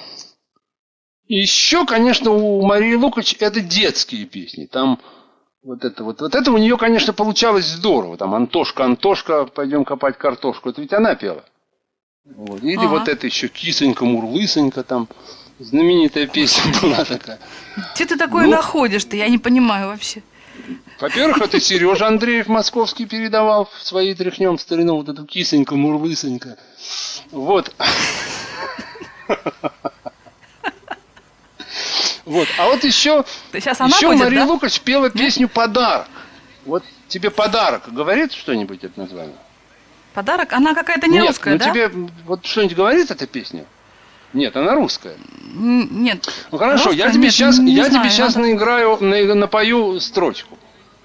еще, конечно, у Марии Лукач это детские песни. Там вот это вот. Вот это у нее, конечно, получалось здорово. Там Антошка, Антошка, пойдем копать картошку. Это ведь она пела. Вот. Или ага. вот это еще Кисонька, Мурлысонька, там знаменитая песня была такая. Что ты такое ну, находишь-то? Я не понимаю вообще. Во-первых, это Сережа Андреев московский передавал в своей тряхнем старину вот эту Кисонька, Мурлысонька. Вот. Вот. А вот еще, еще будет, Мария да? Лукач пела песню «Подарок». Вот тебе «Подарок» говорит что-нибудь это название? Подарок? Она какая-то не Нет, русская, ну да? тебе вот что-нибудь говорит эта песня? Нет, она русская. Нет. Ну хорошо, русская? я тебе Нет, сейчас, не я знаю, тебе сейчас надо... наиграю, на, напою строчку.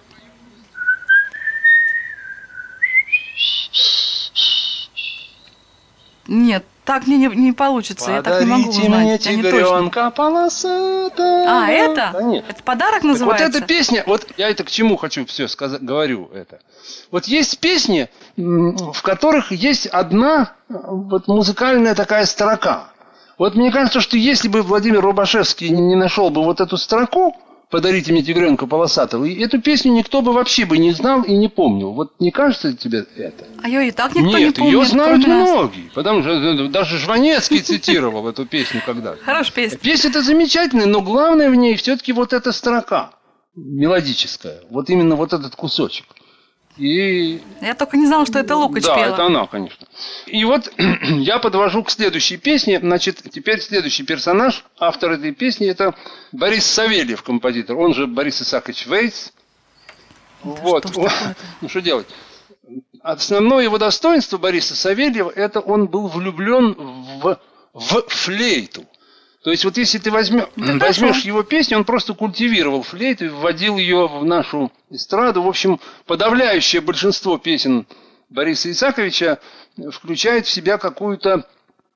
Нет, так мне не, не получится, Подарите я так не могу узнать. мне тигренка полосатого. А, это? Да нет. Это подарок называется? Так вот эта песня, вот я это к чему хочу все сказать, говорю это. Вот есть песни, в которых есть одна вот музыкальная такая строка. Вот мне кажется, что если бы Владимир Рубашевский не нашел бы вот эту строку «Подарите мне тигренка полосатого», и эту песню никто бы вообще бы не знал и не помнил. Вот не кажется тебе это? А ее и так никто Нет, не помнит. Нет, ее знают многие. Потому что даже Жванецкий цитировал эту песню когда-то. Хорошая песня. Песня-то замечательная, но главное в ней все-таки вот эта строка мелодическая. Вот именно вот этот кусочек. И... Я только не знала, что это Лукач да, пела. Да, это она, конечно. И вот я подвожу к следующей песне. Значит, теперь следующий персонаж, автор этой песни, это Борис Савельев, композитор. Он же Борис Исаакович Вейц. Да вот. Что ну, что делать? Основное его достоинство Бориса Савельева, это он был влюблен в, в флейту. То есть вот если ты возьмешь, возьмешь его песню, он просто культивировал флейту и вводил ее в нашу эстраду. В общем, подавляющее большинство песен Бориса Исааковича включает в себя какую-то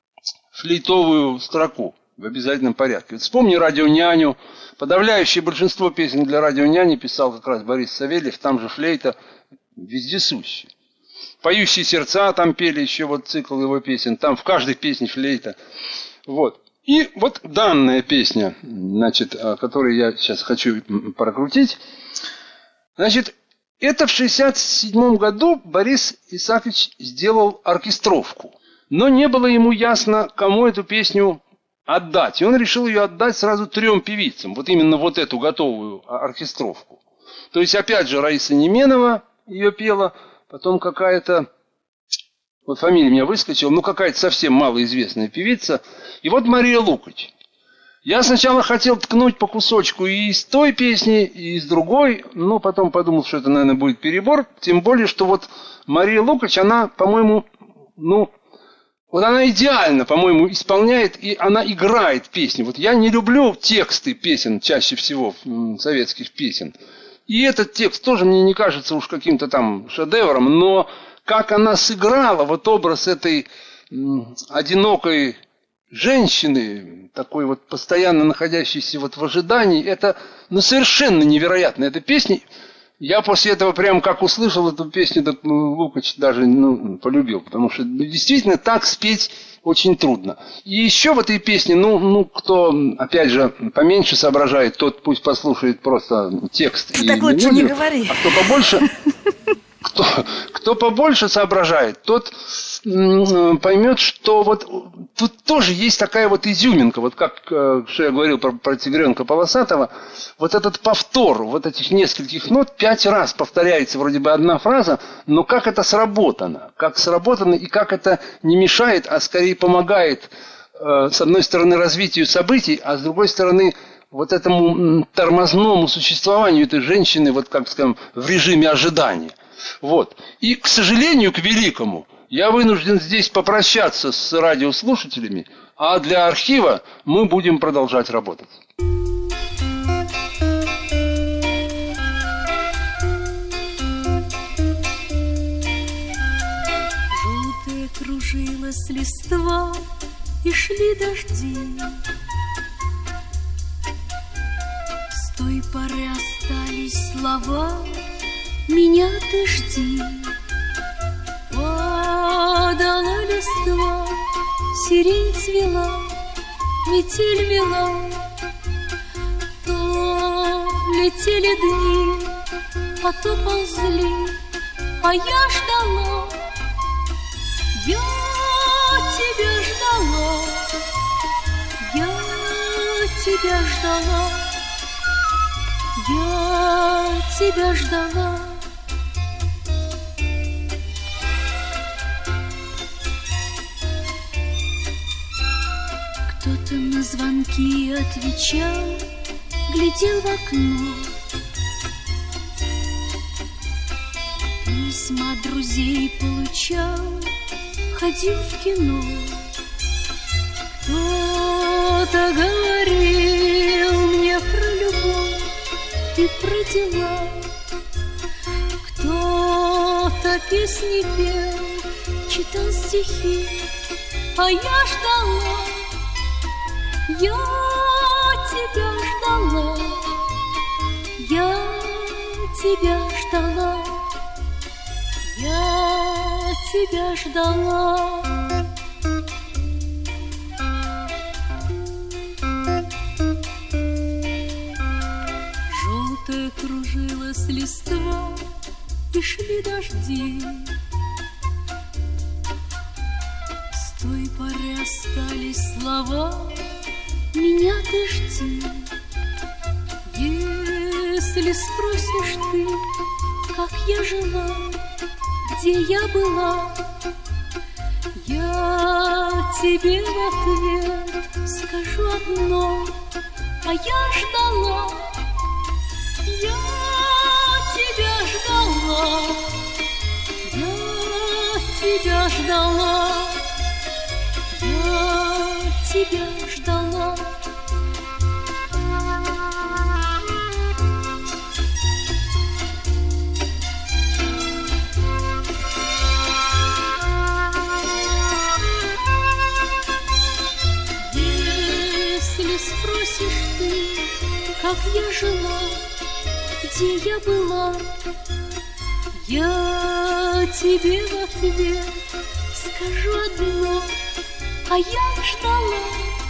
флейтовую строку в обязательном порядке. Вот вспомни «Радионяню». Подавляющее большинство песен для «Радионяни» писал как раз Борис Савельев, там же флейта вездесущая. «Поющие сердца» там пели еще вот цикл его песен, там в каждой песне флейта. Вот. И вот данная песня, значит, которую я сейчас хочу прокрутить, значит, это в шестьдесят седьмом году Борис Исаакович сделал оркестровку. Но не было ему ясно, кому эту песню отдать. И он решил ее отдать сразу трем певицам. Вот именно вот эту готовую оркестровку. То есть, опять же, Раиса Неменова ее пела, потом какая-то... Вот фамилия меня выскочила, ну какая-то совсем малоизвестная певица. И вот Мария Лукач. Я сначала хотел ткнуть по кусочку и из той песни, и из другой, но потом подумал, что это, наверное, будет перебор. Тем более, что вот Мария Лукач, она, по-моему, ну, вот она идеально, по-моему, исполняет, и она играет песни. Вот я не люблю тексты песен, чаще всего советских песен. И этот текст тоже мне не кажется уж каким-то там шедевром, но... Как она сыграла вот образ этой м, одинокой женщины, такой вот постоянно находящейся вот в ожидании, это ну, совершенно невероятно. Эта песня, я после этого прям как услышал эту песню, так ну, Лукач даже ну, полюбил, потому что ну, действительно так спеть очень трудно. И еще в этой песне, ну, ну, кто, опять же, поменьше соображает, тот пусть послушает просто текст. Ты и так лучше не говори. А кто побольше... Кто, кто побольше соображает, тот м, поймет, что вот тут тоже есть такая вот изюминка, вот как что я говорил про, про тигренка полосатого, вот этот повтор вот этих нескольких нот пять раз повторяется вроде бы одна фраза, но как это сработано, как сработано и как это не мешает, а скорее помогает э, с одной стороны развитию событий, а с другой стороны вот этому тормозному существованию этой женщины, вот как скажем, в режиме ожидания. Вот. И, к сожалению, к великому, я вынужден здесь попрощаться с радиослушателями, а для архива мы будем продолжать работать. Желтая кружилась листва, и шли дожди. С той поры остались слова: меня ты жди. Падала листва, сирень цвела, метель мела. То летели дни, а то ползли, а я ждала. Я тебя ждала, я тебя ждала, я тебя ждала. Кто-то на звонки отвечал, глядел в окно. Письма друзей получал, ходил в кино. Кто-то говорил мне про любовь и про дела. Кто-то песни пел, читал стихи, а я ждала. Я тебя ждала, я тебя ждала, я тебя ждала. Желтая кружилась листва, и шли дожди. С той поры остались слова: меня ты жди. Если спросишь ты, как я жила, где я была. Я тебе в ответ скажу одно, а я ждала, я тебя ждала, я тебя ждала, я тебя ждала. Спросишь ты, как я жила, где я была, я тебе в ответ скажу одно, а я ждала,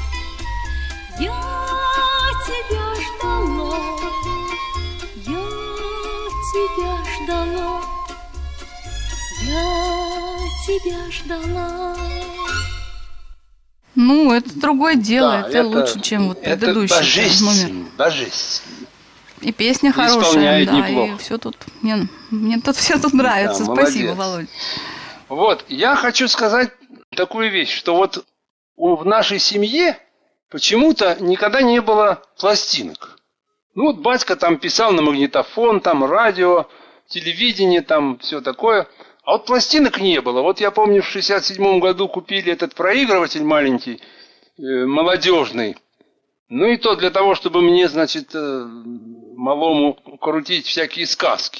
я тебя ждала, я тебя ждала, я тебя ждала. Ну, это другое дело, Да, это, это лучше, чем вот это предыдущий божественно, номер. Божественно. И песня хорошая, Исполняет да, неплохо. и все тут, мне, мне тут все тут нравится, Да, спасибо, молодец. Володя. Вот, я хочу сказать такую вещь, что вот в нашей семье почему-то никогда не было пластинок. Ну вот батька там писал на магнитофон, там радио, телевидение, там все такое. А вот пластинок не было. Вот я помню, в шестьдесят седьмом году купили этот проигрыватель маленький, э, молодежный. Ну и то для того, чтобы мне, значит, э, малому крутить всякие сказки.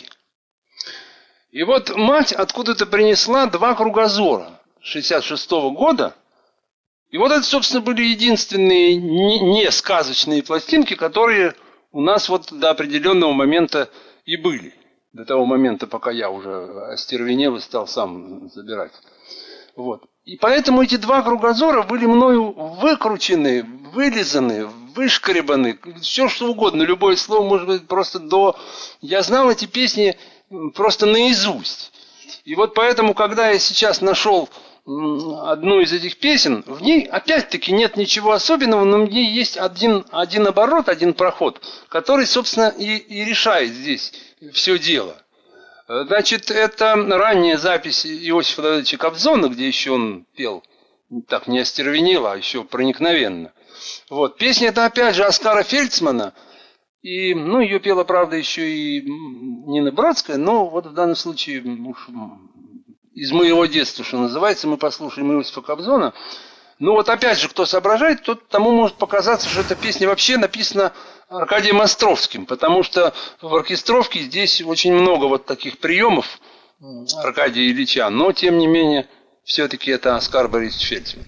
И вот мать откуда-то принесла два кругозора шестьдесят шестого года. И вот это, собственно, были единственные не, не сказочные пластинки, которые у нас вот до определенного момента и были. До того момента, пока я уже остервенел и стал сам забирать. Вот. И поэтому эти два кругозора были мною выкручены, вылизаны, вышкребаны, все что угодно, любое слово, может быть, просто до... Я знал эти песни просто наизусть. И вот поэтому, когда я сейчас нашел одну из этих песен, в ней опять-таки нет ничего особенного, но в ней есть один, один оборот, один проход, который, собственно, и, и решает здесь все дело. Значит, это ранняя запись Иосифа Давыдовича Кобзона, где еще он пел так не остервенело, а еще проникновенно. Вот. Песня это опять же Оскара Фельдсмана. И, ну, ее пела, правда, еще и Нина Бродская, но вот в данном случае уж из моего детства, что называется, мы послушаем Иосифа Кобзона. Ну вот опять же, кто соображает, тот тому может показаться, что эта песня вообще написана Аркадием Островским, потому что в оркестровке здесь очень много вот таких приемов Аркадия Ильича, но тем не менее, все-таки это Оскар Борисович Фельдсман.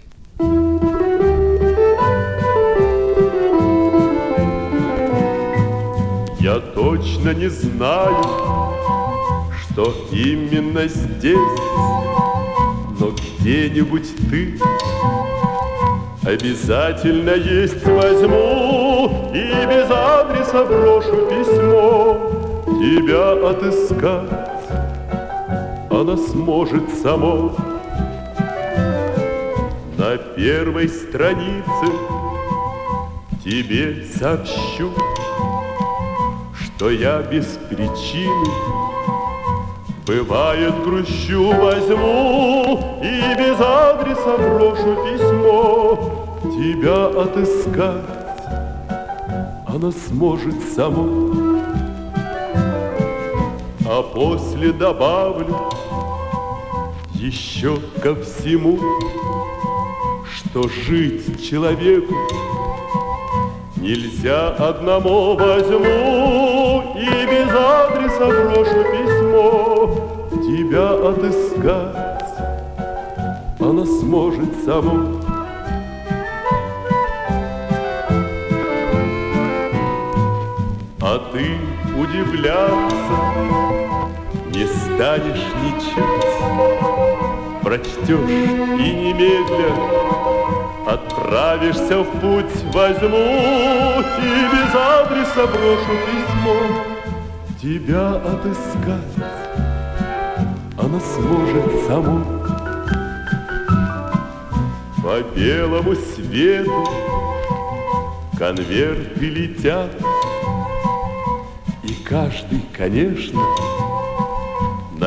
Я точно не знаю, что именно здесь, но где-нибудь ты обязательно есть возьму и без адреса брошу письмо. Тебя отыскать она сможет само. На первой странице тебе сообщу, что я без причины бывает грущу, возьму и без адреса брошу письмо. Тебя отыскать она сможет сама. А после добавлю еще ко всему, что жить человеку нельзя одному, возьму и без адреса брошу письмо. Тебя отыскать она сможет сама. А ты удивляться не станешь ничуть, прочтешь и немедля отправишься в путь, возьму и без адреса брошу письмо. Тебя отыскать она сможет сама. По белому свету конверты летят, и каждый, конечно,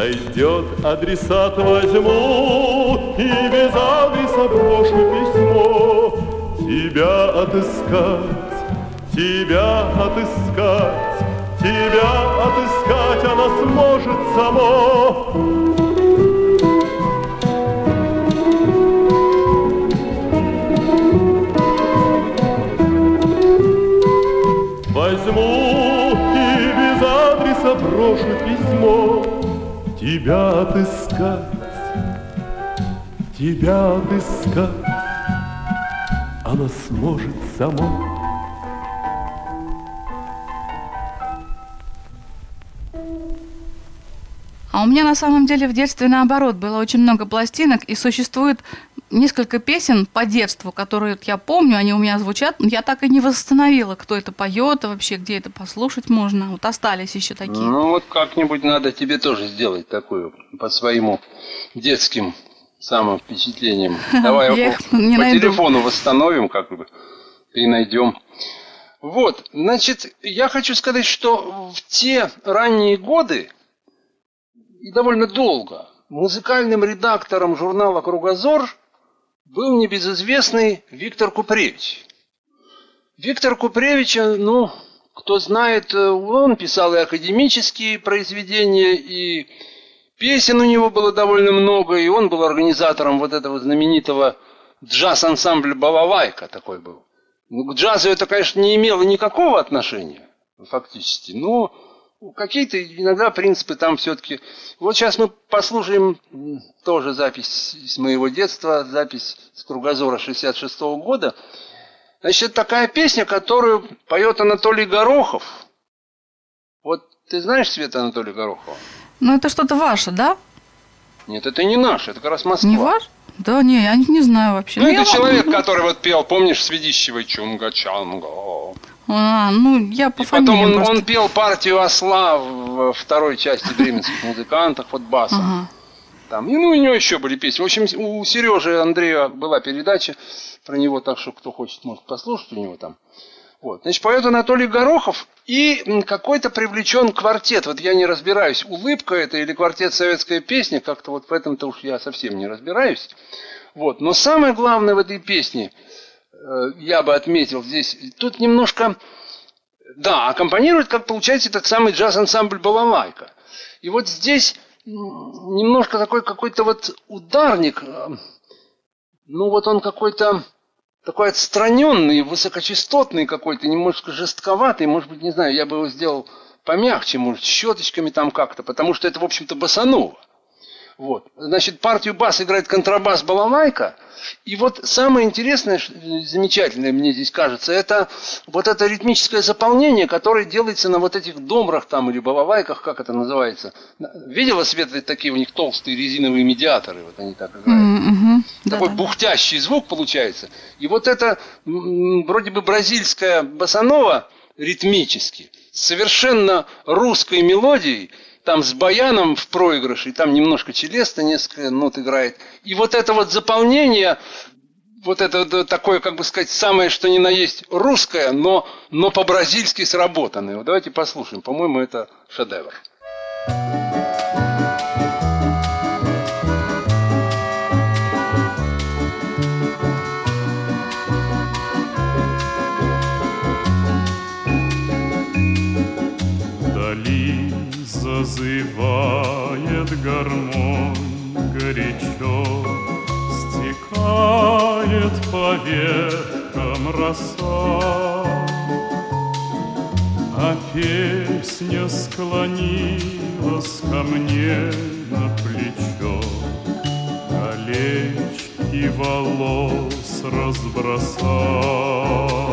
Найдет адресат, возьму и без адреса брошу письмо. Тебя отыскать, тебя отыскать, тебя отыскать она сможет сама. Возьму и без адреса брошу письмо. Тебя отыскать, тебя отыскать она сможет сама. А у меня на самом деле в детстве наоборот было очень много пластинок, и существует несколько песен по детству, которые я помню, они у меня звучат, но я так и не восстановила, кто это поет, и вообще где это послушать можно. Вот остались еще такие. Ну вот как-нибудь надо тебе тоже сделать такую по своему детским самым впечатлениям. Давай его по телефону восстановим, как бы, и найдем. Вот, значит, я хочу сказать, что в те ранние годы и довольно долго музыкальным редактором журнала «Кругозор» был небезызвестный Виктор Купревич. Виктор Купревич, ну, кто знает, он писал и академические произведения, и песен у него было довольно много, и он был организатором вот этого знаменитого джаз-ансамбля «Балалайка», такой был. Ну, к джазу это, конечно, не имело никакого отношения, фактически, но какие-то иногда принципы там все-таки. Вот сейчас мы послушаем тоже запись с моего детства, запись с «Кругозора» шестьдесят шестого года. Значит, это такая песня, которую поет Анатолий Горохов. Вот ты знаешь, Света, Анатолия Горохова? Ну, это что-то ваше, да? Нет, это не наше, это как раз Москва. Не ваш? Да, не, я не, не знаю вообще. Ну, ну это я... человек, который вот пел, помнишь, Свидищевой Чунга-Чанга. А, ну, я по и потом он, просто... он пел партию «Осла» в второй части «Бременских музыкантов», вот басом. Ага. Там. И ну, у него еще были песни. В общем, у Сережи Андрея была передача про него, так что кто хочет, может послушать у него там. Вот. Значит, поет Анатолий Горохов и какой-то привлечен квартет. Вот я не разбираюсь, улыбка это или квартет «Советская песня», как-то вот в этом-то уж я совсем не разбираюсь. Вот. Но самое главное в этой песне, я бы отметил здесь, тут немножко, да, аккомпанирует, как получается, этот самый джаз-ансамбль «Балалайка». И вот здесь немножко такой какой-то вот ударник, ну вот он какой-то такой отстраненный, высокочастотный какой-то, немножко жестковатый, может быть, не знаю, я бы его сделал помягче, может, щеточками там как-то, потому что это, в общем-то, босанова. Вот. Значит, партию бас играет контрабас балалайка. И вот самое интересное, замечательное мне здесь кажется, это вот это ритмическое заполнение, которое делается на вот этих домрах там или балалайках, как это называется. Видела, Света, такие у них толстые резиновые медиаторы, вот они так играют. Mm-hmm. Такой да-да. Бухтящий звук получается. И вот это вроде бы бразильская босанова ритмически, с совершенно русской мелодией, там с баяном в проигрыше, и там немножко челеста, несколько нот играет. И вот это вот заполнение, вот это такое, как бы сказать, самое что ни на есть русское, но, но по-бразильски сработанное. Вот давайте послушаем. По-моему, это шедевр. Зазывает гармон горячо, стекает по веткам роса, а песня склонилась ко мне на плечо, колечки волос разбросав.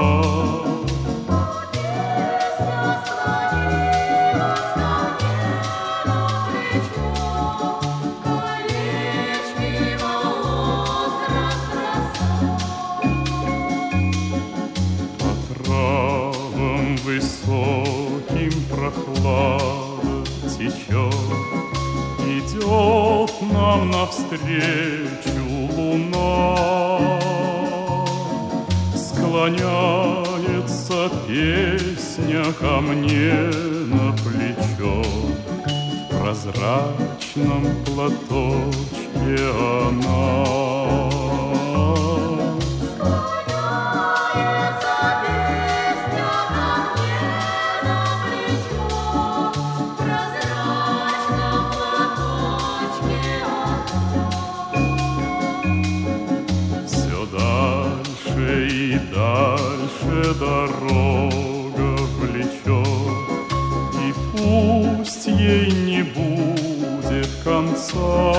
Прохлада течет, идет нам навстречу луна, склоняется песня ко мне на плечо, в прозрачном платочке она. И дальше дорога влечет, и пусть ей не будет конца.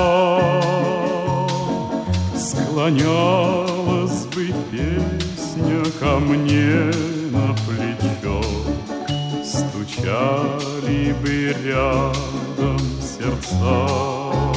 Склонялась бы песня ко мне на плечо, стучали бы рядом сердца.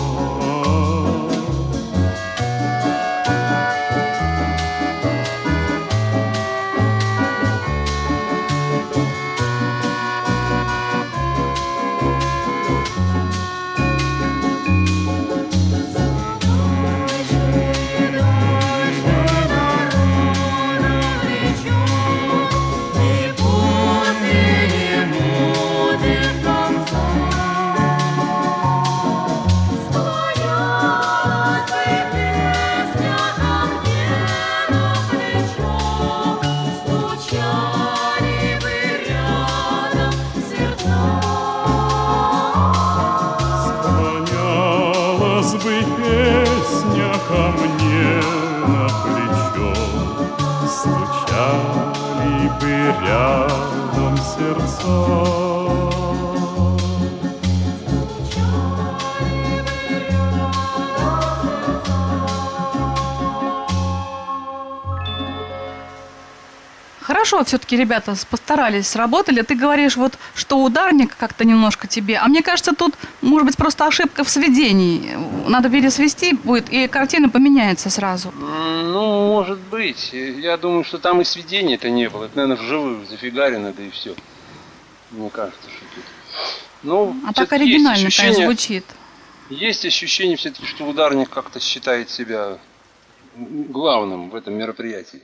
Рядом сердца. Хорошо, все-таки ребята постарались, сработали. Ты говоришь, вот, что ударник как-то немножко тебе. А мне кажется, тут может быть просто ошибка в сведении. Надо пересвести будет, и картина поменяется сразу. Ну, может быть. Я думаю, что там и сведения-то не было. Это, наверное, вживую зафигарено, да и все. Мне кажется, что тут. Ну, а так оригинально так звучит. Есть ощущение все-таки, что ударник как-то считает себя главным в этом мероприятии.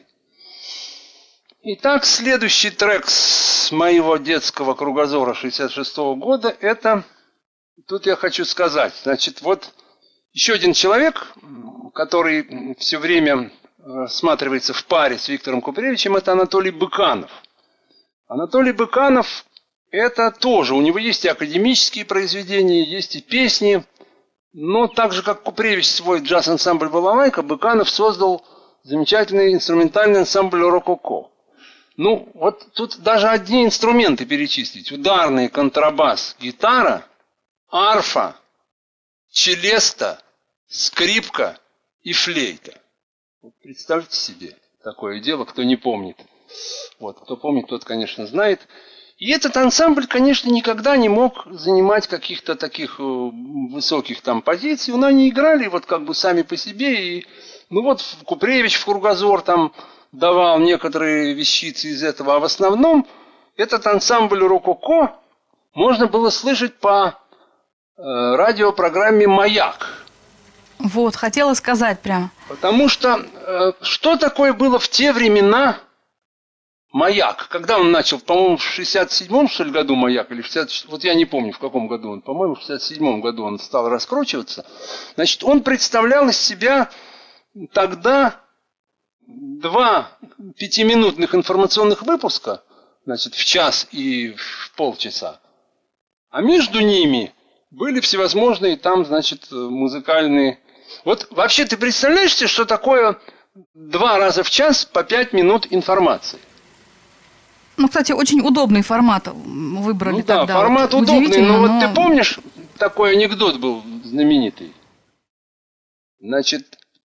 Итак, следующий трек с моего детского кругозора шестьдесят шестого года, это, тут я хочу сказать, значит, вот еще один человек, который все время рассматривается в паре с Виктором Купревичем, это Анатолий Быканов. Анатолий Быканов, это тоже, у него есть и академические произведения, есть и песни, но так же, как Купревич свой джаз-ансамбль «Балалайка», Быканов создал замечательный инструментальный ансамбль «Рококо». Ну, вот тут даже одни инструменты перечислить. Ударный, контрабас, гитара, арфа, челеста, скрипка и флейта. Вот представьте себе такое дело, кто не помнит. Вот, кто помнит, тот, конечно, знает. И этот ансамбль, конечно, никогда не мог занимать каких-то таких высоких там позиций. Но они играли вот как бы сами по себе. И, ну вот Купревич в кругозор там давал некоторые вещицы из этого, а в основном этот ансамбль «Рококо» можно было слышать по э, радиопрограмме «Маяк». Вот, хотела сказать прям. Потому что э, что такое было в те времена «Маяк»? Когда он начал, по-моему, в шестьдесят седьмом, что ли, году «Маяк», или в шестьдесят, вот я не помню, в каком году он, по-моему, в шестьдесят седьмом году он стал раскручиваться. Значит, он представлял из себя тогда два пятиминутных информационных выпуска, значит, в час и в полчаса. А между ними были всевозможные там, значит, музыкальные. Вот вообще ты представляешь себе, что такое два раза в час по пять минут информации? Ну, кстати, очень удобный формат выбрали ну, тогда. Да, формат вот, удобный, но, но вот ты помнишь, такой анекдот был знаменитый? Значит,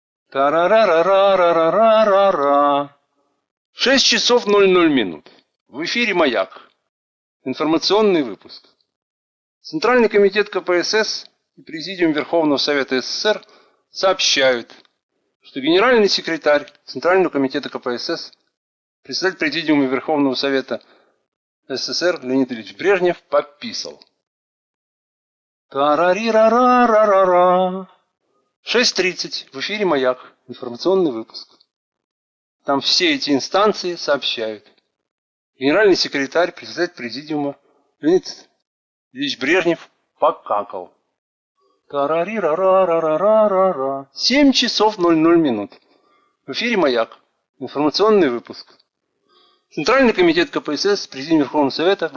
Та-ра-ра-ра-ра-ра-ра-ра. шесть часов ноль ноль минут. В эфире «Маяк». Информационный выпуск. Центральный комитет ка пэ эс эс и Президиум Верховного Совета эс эс эр сообщают, что генеральный секретарь Центрального комитета ка пэ эс эс, председатель Президиума Верховного Совета эс эс эс эр Леонид Ильич Брежнев подписал. Та-ра-ри-ра-ра-ра-ра-ра. шесть тридцать. В эфире «Маяк». Информационный выпуск. Там все эти инстанции сообщают. Генеральный секретарь, председатель Президиума Леонид Ильич Брежнев покакал. Тарарирарарарарарара. Семь часов ноль ноль минут. В эфире «Маяк». Информационный выпуск. Центральный комитет ка пэ эс эс, Президиум Верховного Совета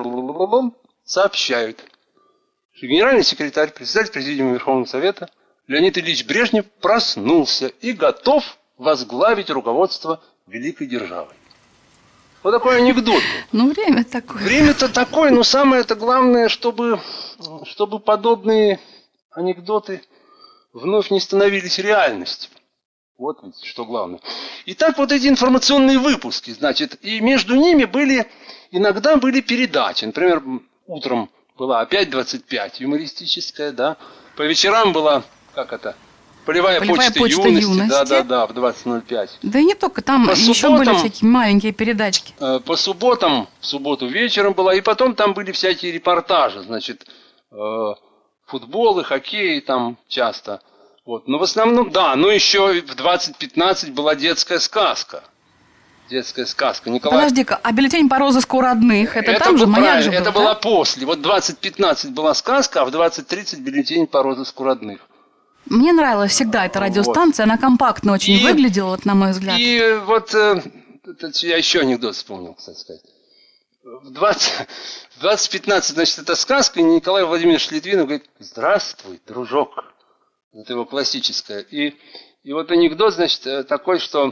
сообщают, что генеральный секретарь, председатель Президиума Верховного Совета Леонид Ильич Брежнев проснулся и готов возглавить руководство великой державы. Вот такой анекдот. Ну, время такое. Время-то такое, но самое-то главное, чтобы, чтобы подобные анекдоты вновь не становились реальностью. Вот ведь что главное. Итак, вот эти информационные выпуски, значит, и между ними были, иногда были передачи. Например, утром была опять двадцать пять, юмористическая, да. По вечерам была, как это, полевая, полевая почта, почта юности. юности. Да, да, да, в двадцать ноль пять. Да и не только, там по еще субботам, были всякие маленькие передачки. По субботам, в субботу вечером была, и потом там были всякие репортажи, значит, футбол и хоккей там часто. Вот. Но в основном, да, ну еще в двадцать пятнадцать была детская сказка. Детская сказка. Николай... Подожди-ка, а бюллетень по розыску родных, это, это там же, «Маяк» же был, это да? было после. Вот в двадцать пятнадцать была сказка, а в двадцать тридцать бюллетень по розыску родных. Мне нравилась всегда эта радиостанция, вот. Она компактно очень и, выглядела, вот, на мой взгляд. И вот, э, я еще анекдот вспомнил, кстати сказать. В двадцать пятнадцать, значит, эта сказка, и Николай Владимирович Литвинов говорит: «Здравствуй, дружок». Это его классическое. И, и вот анекдот, значит, такой, что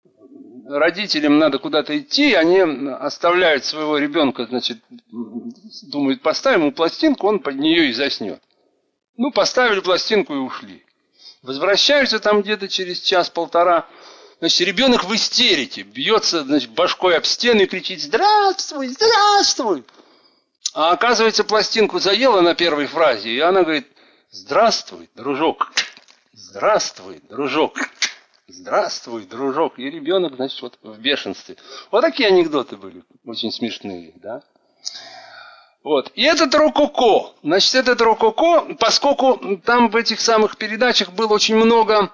родителям надо куда-то идти, они оставляют своего ребенка, значит, думают, поставим ему пластинку, он под нее и заснет. Ну, поставили пластинку и ушли. Возвращаются там где-то через час-полтора, значит, ребенок в истерике, бьется, значит, башкой об стену и кричит: «Здравствуй, здравствуй!» А оказывается, пластинку заела на первой фразе, и она говорит: «Здравствуй, дружок! Здравствуй, дружок! Здравствуй, дружок!» И ребенок, значит, вот в бешенстве. Вот такие анекдоты были, очень смешные, да? Вот. И этот рококо, значит, этот рококо, поскольку там в этих самых передачах было очень много,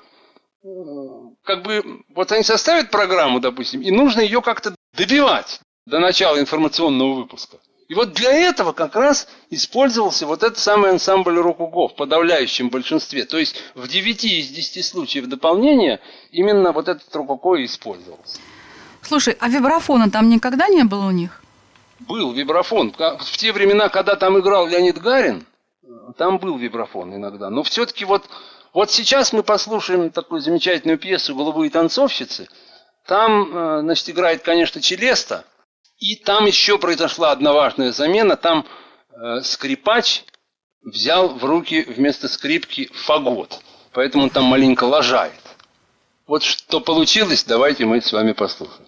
как бы, вот они составят программу, допустим, и нужно ее как-то добивать до начала информационного выпуска. И вот для этого как раз использовался вот этот самый ансамбль рококо в подавляющем большинстве. То есть в девяти из десяти случаев дополнения именно вот этот рококо и использовался. Слушай, а вибрафона там никогда не было у них? Был вибрафон. В те времена, когда там играл Леонид Гарин, там был вибрафон иногда. Но все-таки вот, вот сейчас мы послушаем такую замечательную пьесу «Голубые танцовщицы». Там, значит, играет, конечно, Челеста. И там еще произошла одна важная замена. Там э, скрипач взял в руки вместо скрипки фагот. Поэтому он там маленько лажает. Вот что получилось, давайте мы с вами послушаем.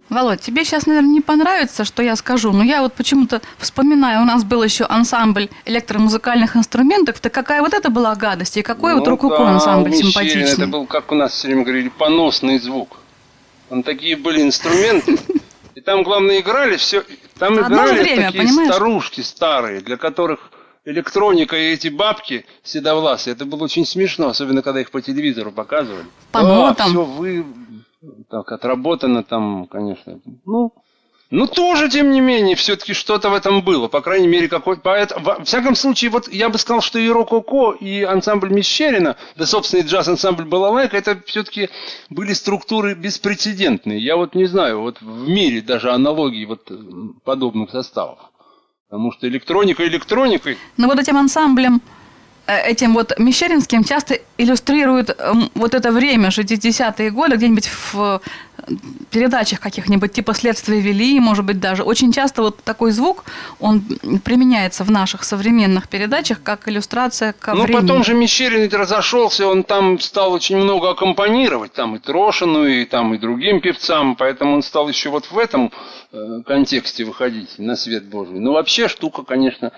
Володь, тебе сейчас, наверное, не понравится, что я скажу, но я вот почему-то вспоминаю, у нас был еще ансамбль электромузыкальных инструментов, так какая вот это была гадость, и какой ну, вот рококо да, ансамбль симпатичный. Это был, как у нас все время говорили, поносный звук. Там такие были инструменты, и там, главное, играли все, там играли время, такие понимаешь? Старушки старые, для которых электроника и эти бабки седовласые, это было очень смешно, особенно когда их по телевизору показывали. По нотам. Все вы... Так, отработано там, конечно. Ну, ну, тоже, тем не менее, все-таки что-то в этом было. По крайней мере, какой-то поэт. Во всяком случае, вот я бы сказал, что и рококо, и ансамбль Мещерина, да, собственно, и джаз-ансамбль Балалайка, это все-таки были структуры беспрецедентные. Я вот не знаю, вот в мире даже аналогии вот подобных составов. Потому что электроника электроникой. Но вот этим ансамблем, этим вот мещеринским часто иллюстрируют э, вот это время, шестидесятые годы, где-нибудь в передачах каких-нибудь, типа «Следствие вели», может быть, даже. Очень часто вот такой звук, он применяется в наших современных передачах как иллюстрация ко ну, времени. Ну, потом же Мещерин разошелся, он там стал очень много аккомпанировать, там и Трошину, и там и другим певцам, поэтому он стал еще вот в этом э, контексте выходить на свет Божий. Но вообще штука, конечно,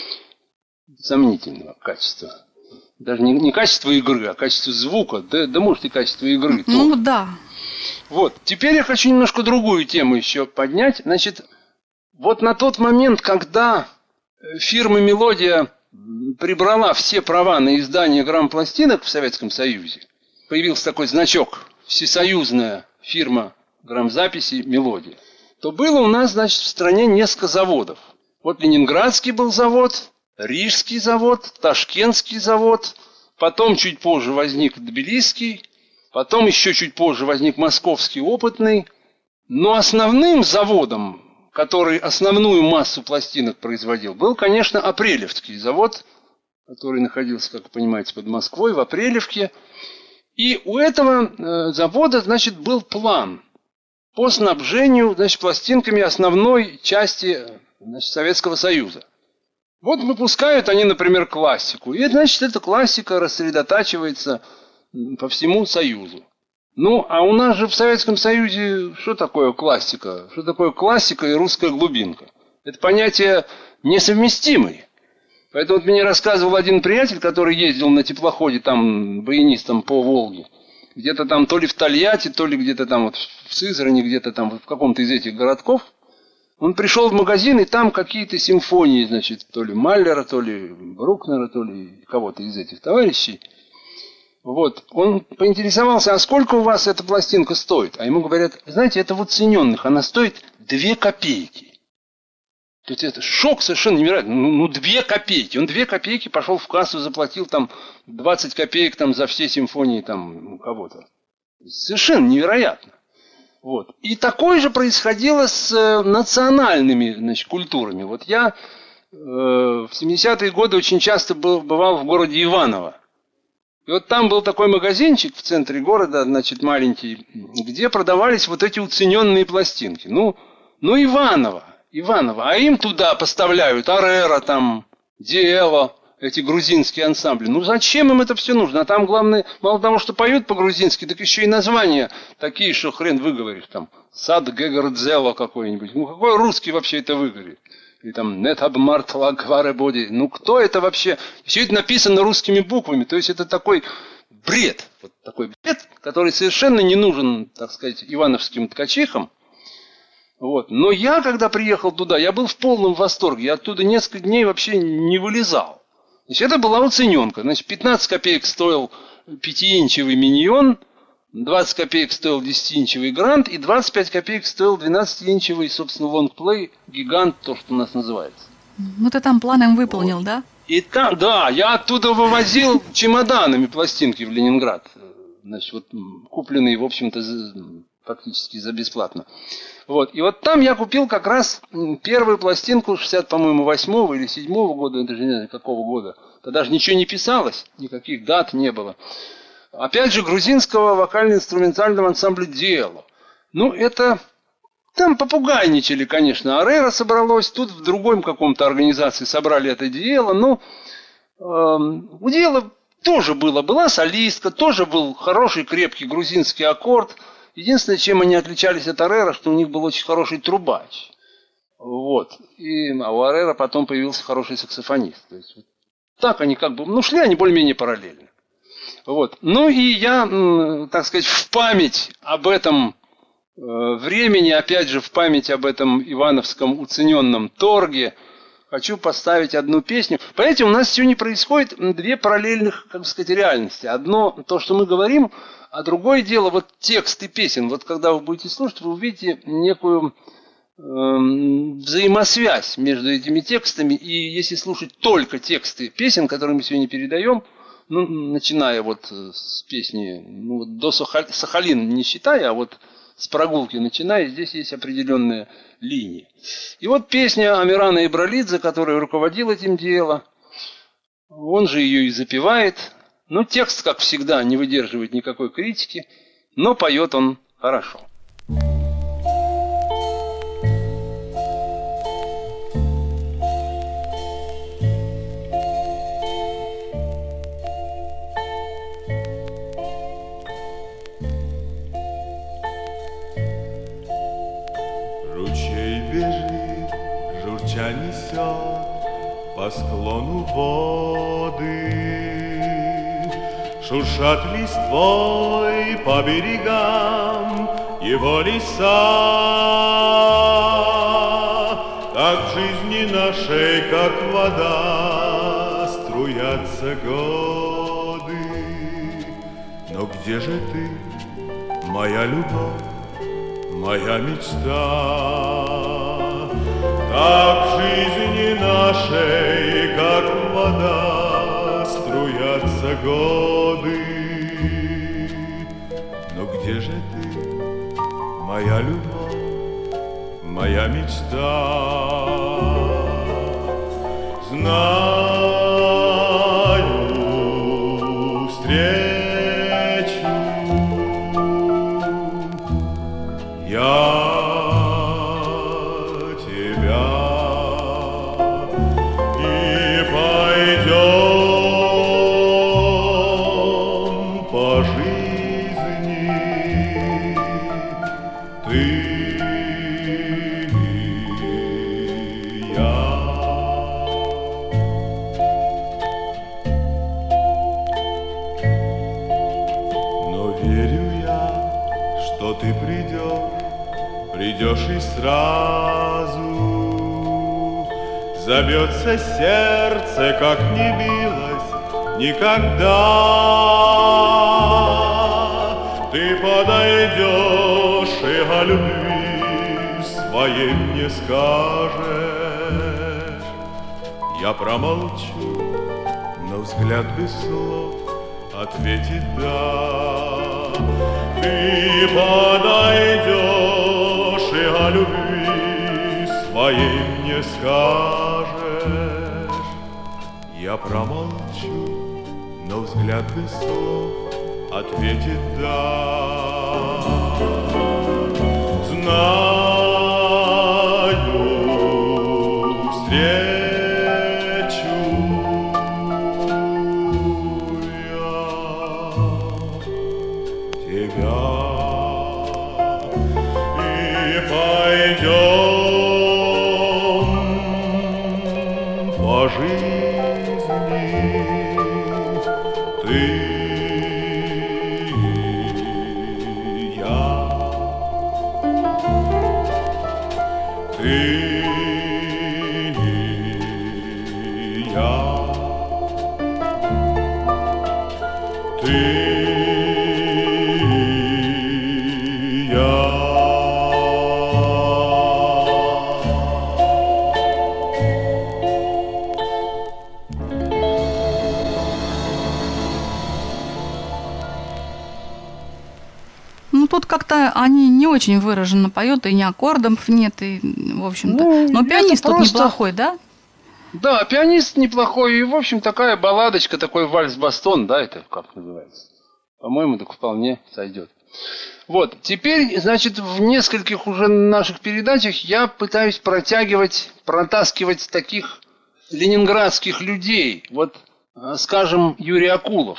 сомнительного качества. Даже не, не качество игры, а качество звука. Да, да может и качество игры. Ну тоже. Да. Вот. Теперь я хочу немножко другую тему еще поднять. Значит, вот на тот момент, когда фирма «Мелодия» прибрала все права на издание грампластинок в Советском Союзе, появился такой значок «Всесоюзная фирма грамзаписи «Мелодия», то было у нас, значит, в стране несколько заводов. Вот Ленинградский был завод, Рижский завод, Ташкентский завод, потом чуть позже возник Тбилисский, потом еще чуть позже возник Московский опытный. Но основным заводом, который основную массу пластинок производил, был, конечно, Апрелевский завод, который находился, как вы понимаете, под Москвой, в Апрелевке. И у этого э, завода, значит, был план по снабжению, значит, пластинками основной части, значит, Советского Союза. Вот выпускают они, например, классику. И, значит, эта классика рассредотачивается по всему Союзу. Ну, а у нас же в Советском Союзе что такое классика? Что такое классика и русская глубинка? Это понятия несовместимые. Поэтому вот мне рассказывал один приятель, который ездил на теплоходе, там, баянистом по Волге. Где-то там то ли в Тольятти, то ли где-то там вот в Сызрани, где-то там в каком-то из этих городков. Он пришел в магазин, и там какие-то симфонии, значит, то ли Маллера, то ли Брукнера, то ли кого-то из этих товарищей. Вот. Он поинтересовался, а сколько у вас эта пластинка стоит? А ему говорят, знаете, это в оцененных, она стоит две копейки. То есть это шок совершенно невероятный. Ну, ну, две копейки. Он две копейки пошел в кассу, заплатил там двадцать копеек там, за все симфонии там, у кого-то. Совершенно невероятно. Вот. И такое же происходило с э, национальными, значит, культурами. Вот я э, в семидесятые годы очень часто был, бывал в городе Иваново. И вот там был такой магазинчик в центре города, значит, маленький, где продавались вот эти уцененные пластинки. Ну, ну Иваново, Иваново. А им туда поставляют Арера, там, Диэло, эти грузинские ансамбли. Ну зачем им это все нужно? А там главное, мало того, что поют по-грузински, так еще и названия такие, что хрен выговоришь. Там Сад Гегардзело какой-нибудь. Ну какой русский вообще это выговорит? Или там Нетабмарт Лагваребоди. Ну кто это вообще? Все это написано русскими буквами. То есть это такой бред. Вот такой бред, который совершенно не нужен, так сказать, ивановским ткачихам. Вот. Но я, когда приехал туда, я был в полном восторге. Я оттуда несколько дней вообще не вылезал. Значит, это была уцененка. Значит, пятнадцать копеек стоил пятиинчевый миньон, двадцать копеек стоил десятиинчевый грант, и двадцать пять копеек стоил двенадцатиинчевый, собственно, лонгплей, гигант, то, что у нас называется. Ну, ты там планом выполнил, вот. Да? И там, да, я оттуда вывозил чемоданами пластинки в Ленинград. Значит, вот купленные, в общем-то, фактически за бесплатно. Вот. И вот там я купил как раз первую пластинку шестьдесят, по-моему, восьмого или седьмого года, даже не знаю, какого года. Тогда даже ничего не писалось, никаких дат не было. Опять же, грузинского вокально-инструментального ансамбля «Диэло». Ну, это... Там попугайничали, конечно. Арера собралось, тут в другой каком-то организации собрали это «Диэло». Ну, э, у «Диэло» тоже было. Была солистка, тоже был хороший крепкий грузинский аккорд. Единственное, чем они отличались от Арера, что у них был очень хороший трубач. Вот. И, а у Арера потом появился хороший саксофонист. То есть, вот так они как бы, ну, шли они более-менее параллельно. Вот. Ну и я, так сказать, в память об этом э, времени, опять же, в память об этом ивановском уцененном торге, хочу поставить одну песню. Понимаете, у нас сегодня происходит две параллельных, как сказать, реальности. Одно то, что мы говорим, а другое дело вот тексты песен. Вот когда вы будете слушать, вы увидите некую э, взаимосвязь между этими текстами. И если слушать только тексты песен, которые мы сегодня передаем, ну, начиная вот с песни, ну, вот до Сахалин не считая, а вот с прогулки начиная, здесь есть определенная линия. И вот песня Амирана Ибралидзе, который руководил этим делом, он же ее и запевает. Ну, текст, как всегда, не выдерживает никакой критики, но поет он хорошо. Несет по склону воды, шуршат листвой по берегам его леса. Так в жизни нашей, как вода, струятся годы. Но где же ты, моя любовь, моя мечта? Так в жизни нашей, как вода, струятся годы. Но где же ты, моя любовь, моя мечта? Знаю, встречу я и сразу забьется сердце, как не билось никогда. Ты подойдешь и о любви своей мне скажешь. Я промолчу, но взгляд без слов ответит да. Ты подойдешь и о любви своей мне скажешь. Я промолчу, но взгляд без слов ответит да. Знаю, встречу я тебя. Пойдем по жизни, ты и я, ты и я, ты и я. Тут как-то они не очень выраженно поют, и ни аккордов нет, и, в общем-то. Ну, но пианист тут просто... неплохой, да? Да, пианист неплохой, и, в общем, такая балладочка, такой вальс-бастон, да, это как называется? По-моему, так вполне сойдет. Вот, теперь, значит, в нескольких уже наших передачах я пытаюсь протягивать, протаскивать таких ленинградских людей. Вот, скажем, Юрий Акулов.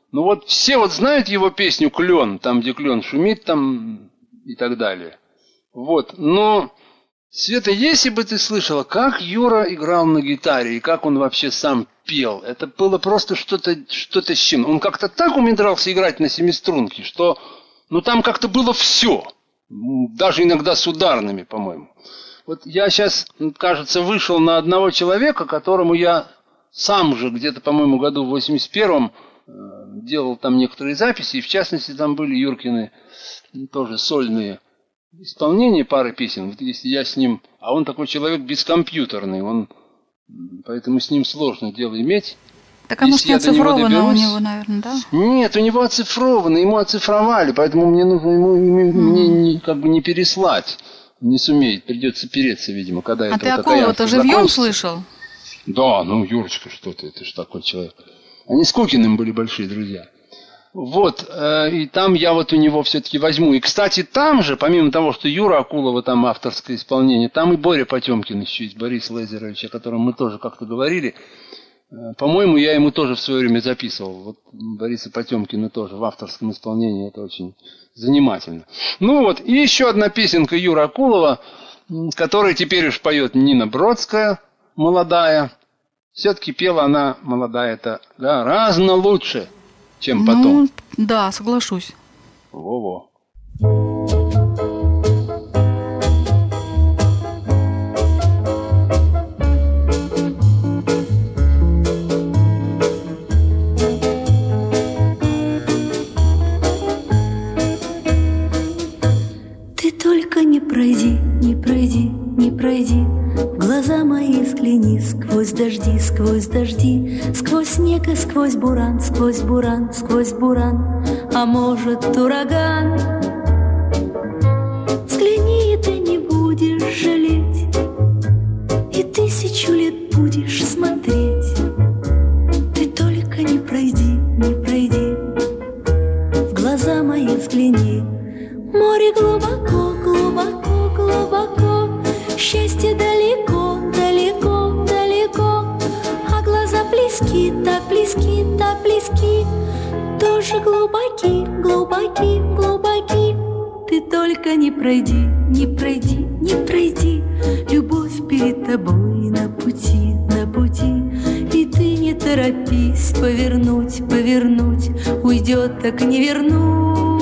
Ну вот все вот знают его песню «Клен», там, где клен шумит, там и так далее. Вот, но, Света, если бы ты слышала, как Юра играл на гитаре и как он вообще сам пел, это было просто что-то, что-то с чем. Он как-то так умудрялся играть на семиструнке, что, ну, там как-то было все. Даже иногда с ударными, по-моему. Вот я сейчас, кажется, вышел на одного человека, которому я сам же где-то, по-моему, году в восемьдесят первом делал там некоторые записи, и в частности там были Юркины тоже сольные исполнение пары песен, вот если я с ним, а он такой человек бескомпьютерный, он, поэтому с ним сложно дело иметь. Так оно же не оцифровано доберусь, у него, наверное, да? Нет, у него оцифровано, ему оцифровали, поэтому мне нужно ему, ему mm. мне не, как бы не переслать, не сумеет, придется переться, видимо, когда а это. А ты Акулова-то живьем слышал? Да, ну, Юрочка, что ты, ты же такой человек. Они с Кукиным были большие друзья. Вот, э, и там я вот у него все-таки возьму. И, кстати, там же, помимо того, что Юра Акулова, там авторское исполнение, там и Боря Потемкин еще есть, Борис Лазаревич, о котором мы тоже как-то говорили. Э, по-моему, я ему тоже в свое время записывал. Вот Бориса Потемкина тоже в авторском исполнении, это очень занимательно. Ну вот, и еще одна песенка Юры Акулова, которую теперь уж поет Нина Бродская, молодая. Все-таки пела она, молодая-то, гораздо лучше, чем потом. Ну, да, соглашусь. Во-во. Ты только не пройди, не пройди, не пройди. В глаза мои взгляни сквозь дожди, сквозь дожди, сквозь снег и сквозь буран, сквозь буран, сквозь буран, а может ураган. Взгляни, и ты не будешь жалеть, и тысячу лет будешь смотреть. Ты только не пройди, не пройди, в глаза мои взгляни. Море глубоко, глубоко, глубоко, счастье далеко, далеко, далеко, а глаза близки, так близки, так близки, тоже глубоки, глубоки, глубоки. Ты только не пройди, не пройди, не пройди, любовь перед тобой на пути, на пути, и ты не торопись повернуть, повернуть, уйдет, так не вернуть.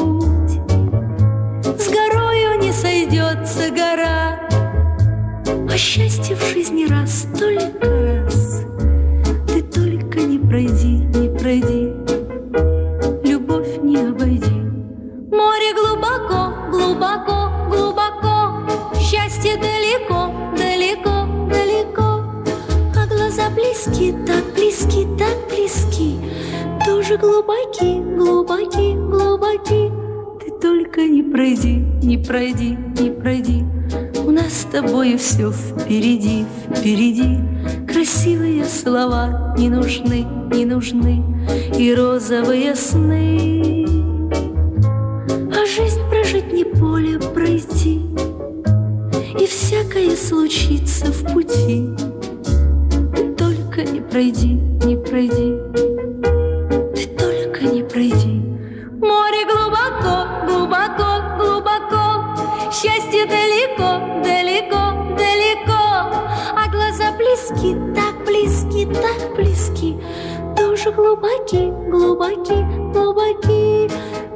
С горою не сойдется гора, а счастье в жизни раз, только раз. Ты только не пройди, не пройди, любовь не обойди. Море глубоко, глубоко, глубоко, счастье далеко, далеко, далеко, а глаза близки, так близки, так близки, тоже глубоки, глубоки, глубоки. Ты только не пройди, не пройди, не пройди. У нас с тобой все впереди, впереди. Красивые слова не нужны, не нужны, и розовые сны. А жизнь прожить не поле пройти, и всякое случится в пути. Ты только не пройди, не пройди, ты только не пройди. Море глубоко, глубоко, глубоко, счастье далеко, далеко, далеко, а глаза близки, так близки, так близки, тоже глубоки, глубоки, глубоки.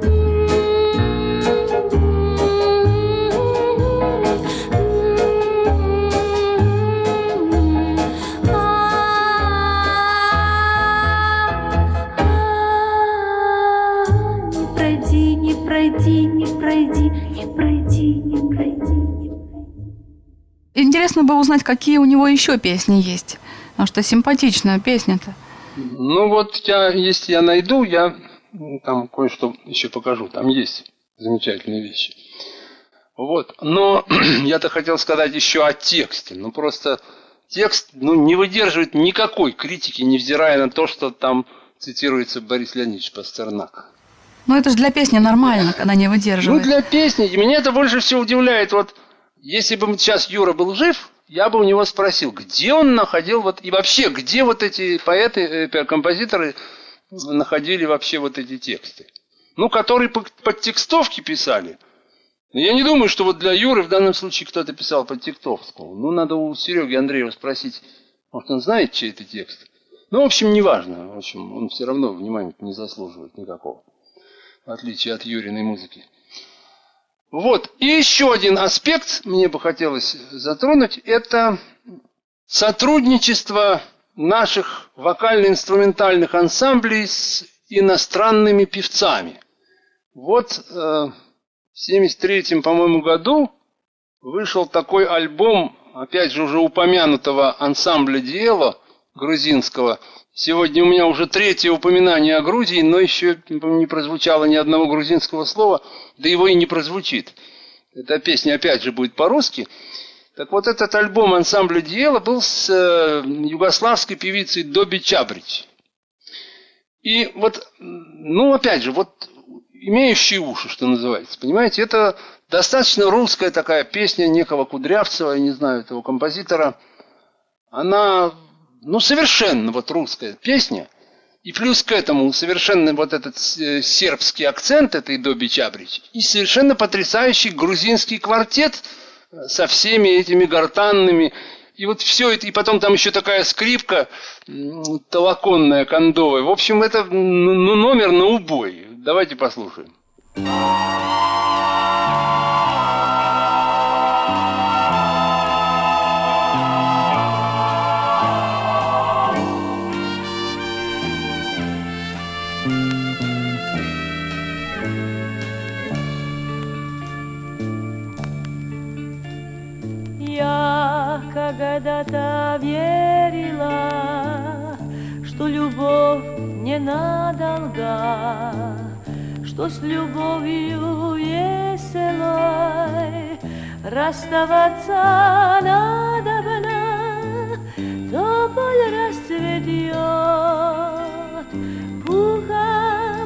Пройди, не пройди, не пройди, не пройди, не пройди. Интересно бы узнать, какие у него еще песни есть. Потому что симпатичная песня-то. Ну вот, я, если я найду, я там кое-что еще покажу. Там есть замечательные вещи. Вот. Но я-то хотел сказать еще о тексте. Ну просто текст ну, не выдерживает никакой критики, невзирая на то, что там цитируется Борис Леонидович Пастернак. Ну, это же для песни нормально, когда не выдерживает. Ну, для песни. И меня это больше всего удивляет. Вот, если бы сейчас Юра был жив, я бы у него спросил, где он находил, вот, и вообще, где вот эти поэты, э, композиторы находили вообще вот эти тексты. Ну, которые под текстовки писали. Я не думаю, что вот для Юры в данном случае кто-то писал под текстовского. Ну, надо у Сереги Андреева спросить, может, он знает, чей это текст. Ну, в общем, неважно. В общем, он все равно внимания не заслуживает никакого. В отличие от Юриной музыки. Вот. И еще один аспект мне бы хотелось затронуть. Это сотрудничество наших вокально-инструментальных ансамблей с иностранными певцами. Вот э, в семьдесят третьем, по-моему, году вышел такой альбом, опять же, уже упомянутого ансамбля Диело грузинского. Сегодня у меня уже третье упоминание о Грузии, но еще не прозвучало ни одного грузинского слова, да его и не прозвучит. Эта песня опять же будет по-русски. Так вот, этот альбом ансамбля Диело был с э, югославской певицей Доби Чабрич. И вот, ну опять же, вот имеющие уши, что называется, понимаете, это достаточно русская такая песня некого Кудрявцева, я не знаю, этого композитора. Она, ну, совершенно вот русская песня. И плюс к этому совершенно вот этот сербский акцент этой Доби Чабрич. И совершенно потрясающий грузинский квартет со всеми этими гортанными. И вот все это, и потом там еще такая скрипка толоконная, кондовая. В общем, это ну, номер на убой. Давайте послушаем. Я когда-то верила, что любовь не надолго, что с любовью веселой расставаться надобно. Тополь расцветет, пухом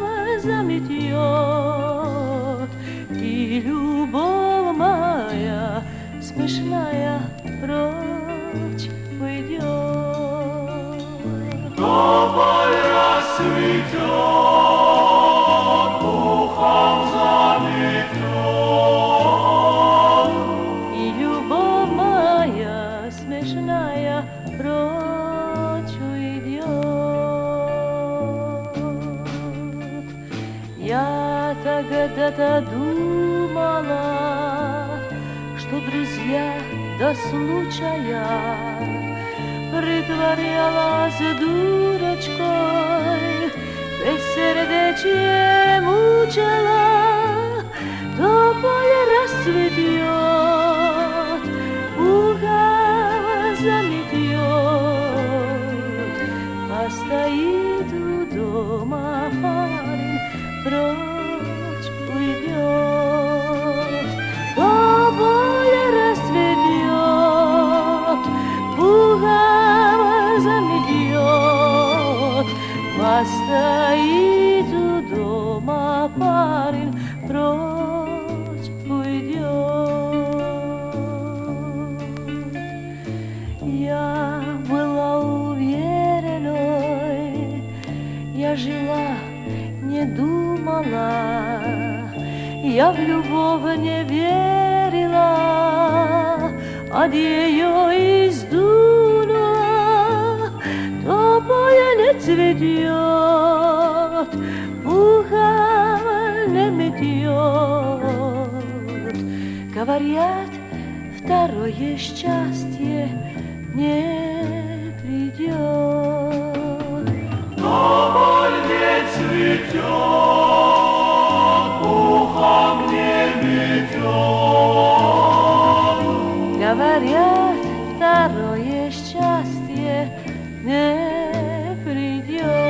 заметет, и любовь моя смешная прочь уйдет. Тополь расцветет, пухом заметет, и любовь моя смешная прочь уйдет. Я тогда-то думала, что друзья до случая притворялась дурочкой, бессердечие мучила. Тополь расцветет, пухом заметет, постоит у дома парень, прочь уйдет. Тополь расцветет, пухом заметет, постоит у дома парень, прочь уйдет. Я была уверенной, я жила, не думала, я в любовь не верила, от ее издула. Тополь не цветет, пухом не метет. Говорят, второе счастье не придет. тополь не цветет, пухом не метет. Говорят, второе счастье не придет.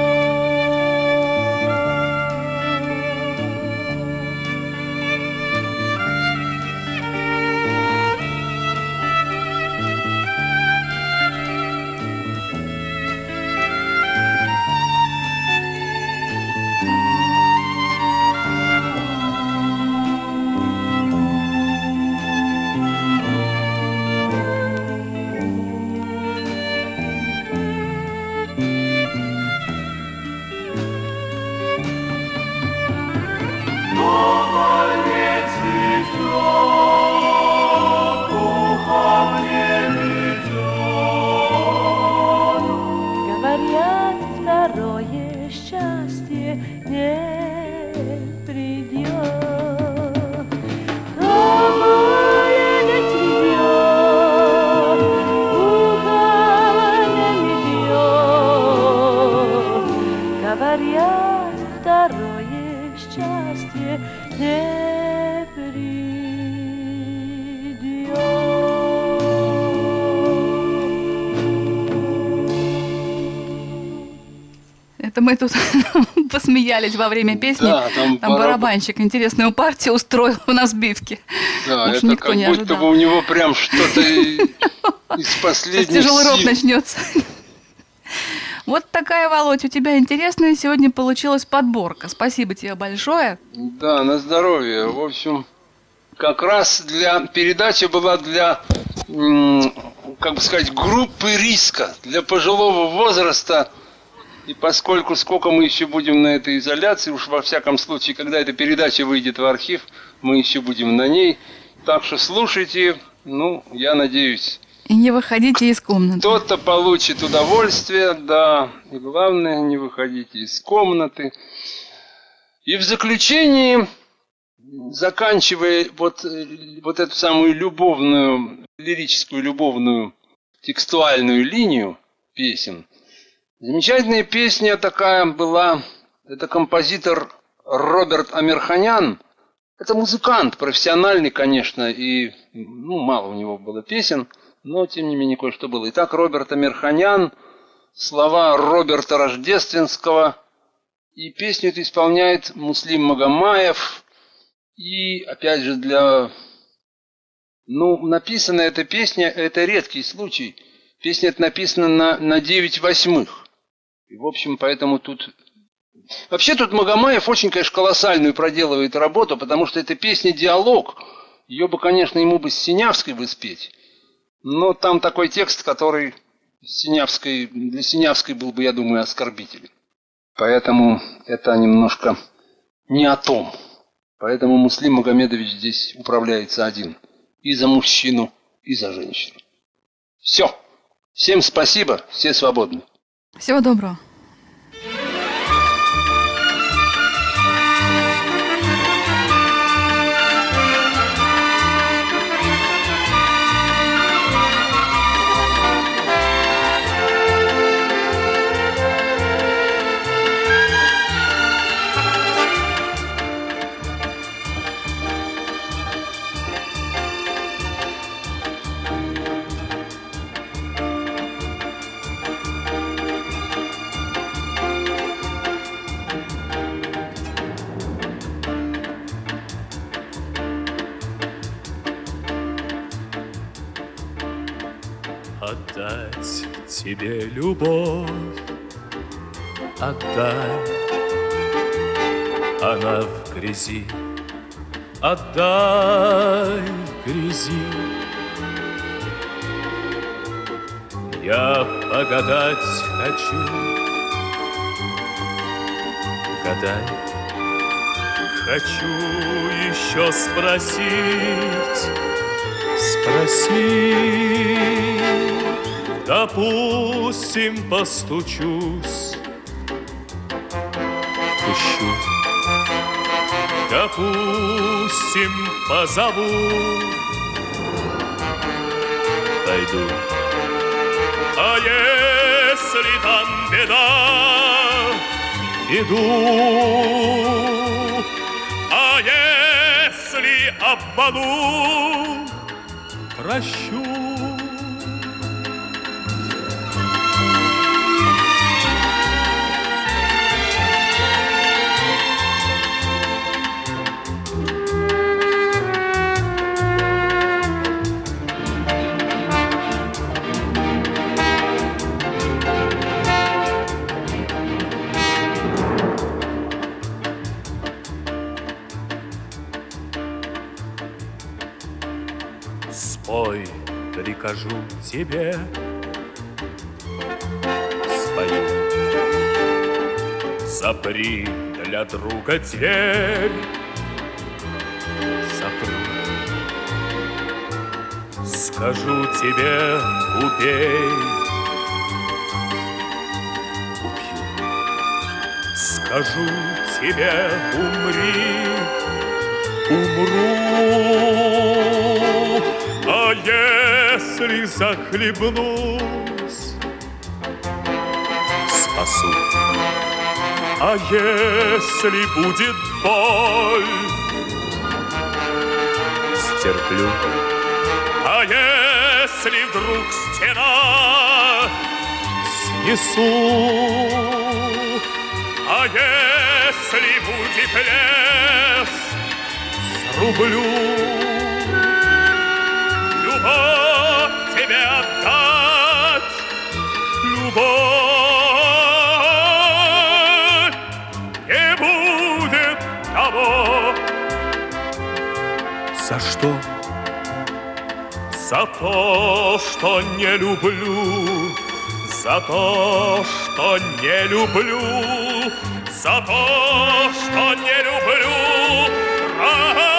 Это мы тут посмеялись во время песни. Да, там там бараб... барабанщик интересную партию устроил на сбивке. Да, уж это никто как не будто ожидал. бы у него прям что-то из последних сил. Тяжелый рок начнется. Вот такая, Володь, у тебя интересная сегодня получилась подборка. Спасибо тебе большое. Да, на здоровье. В общем, как раз для передача была для, как бы сказать, группы риска, для пожилого возраста. И поскольку сколько мы еще будем на этой изоляции, уж во всяком случае, когда эта передача выйдет в архив, мы еще будем на ней. Так что слушайте, ну, я надеюсь. И не выходите из комнаты. Кто-то получит удовольствие, да. И главное, не выходите из комнаты. И в заключении, заканчивая вот, вот эту самую любовную, лирическую любовную текстуальную линию песен, замечательная песня такая была, это композитор Роберт Амирханян. Это музыкант, профессиональный, конечно, и ну, мало у него было песен, но тем не менее кое-что было. Итак, Роберт Амирханян, слова Роберта Рождественского, и песню эту исполняет Муслим Магомаев. И опять же для... Ну, написана эта песня, это редкий случай. Песня эта написана на, на девять восьмых. И, в общем, поэтому тут... Вообще тут Магомаев очень, конечно, колоссальную проделывает работу, потому что эта песня диалог. Ее бы, конечно, ему бы с Синявской бы спеть. Но там такой текст, который Синявской, для Синявской был бы, я думаю, оскорбителен. Поэтому это немножко не о том. Поэтому Муслим Магомедович здесь управляется один. И за мужчину, и за женщину. Все. Всем спасибо. Все свободны. Всего доброго. Отдать тебе любовь, отдай, она в грязи, отдай в грязи. Я погадать хочу, гадай, хочу еще спросить, спросить. Допустим, постучусь, пущу. Допустим, позову, пойду. А если там беда, иду. А если обману, прощу. Спой, прикажу тебе, спою. Запри для друга дверь, запру. Скажу тебе, убей, убью. Скажу тебе, умри, умру. А если захлебнусь, спасу. А если будет боль, стерплю. А если вдруг стена снесу, А если будет лес, срублю. Любовь тебе отдать, любовь, не будет того. За что? За то, что не люблю, за то, что не люблю, за то, что не люблю.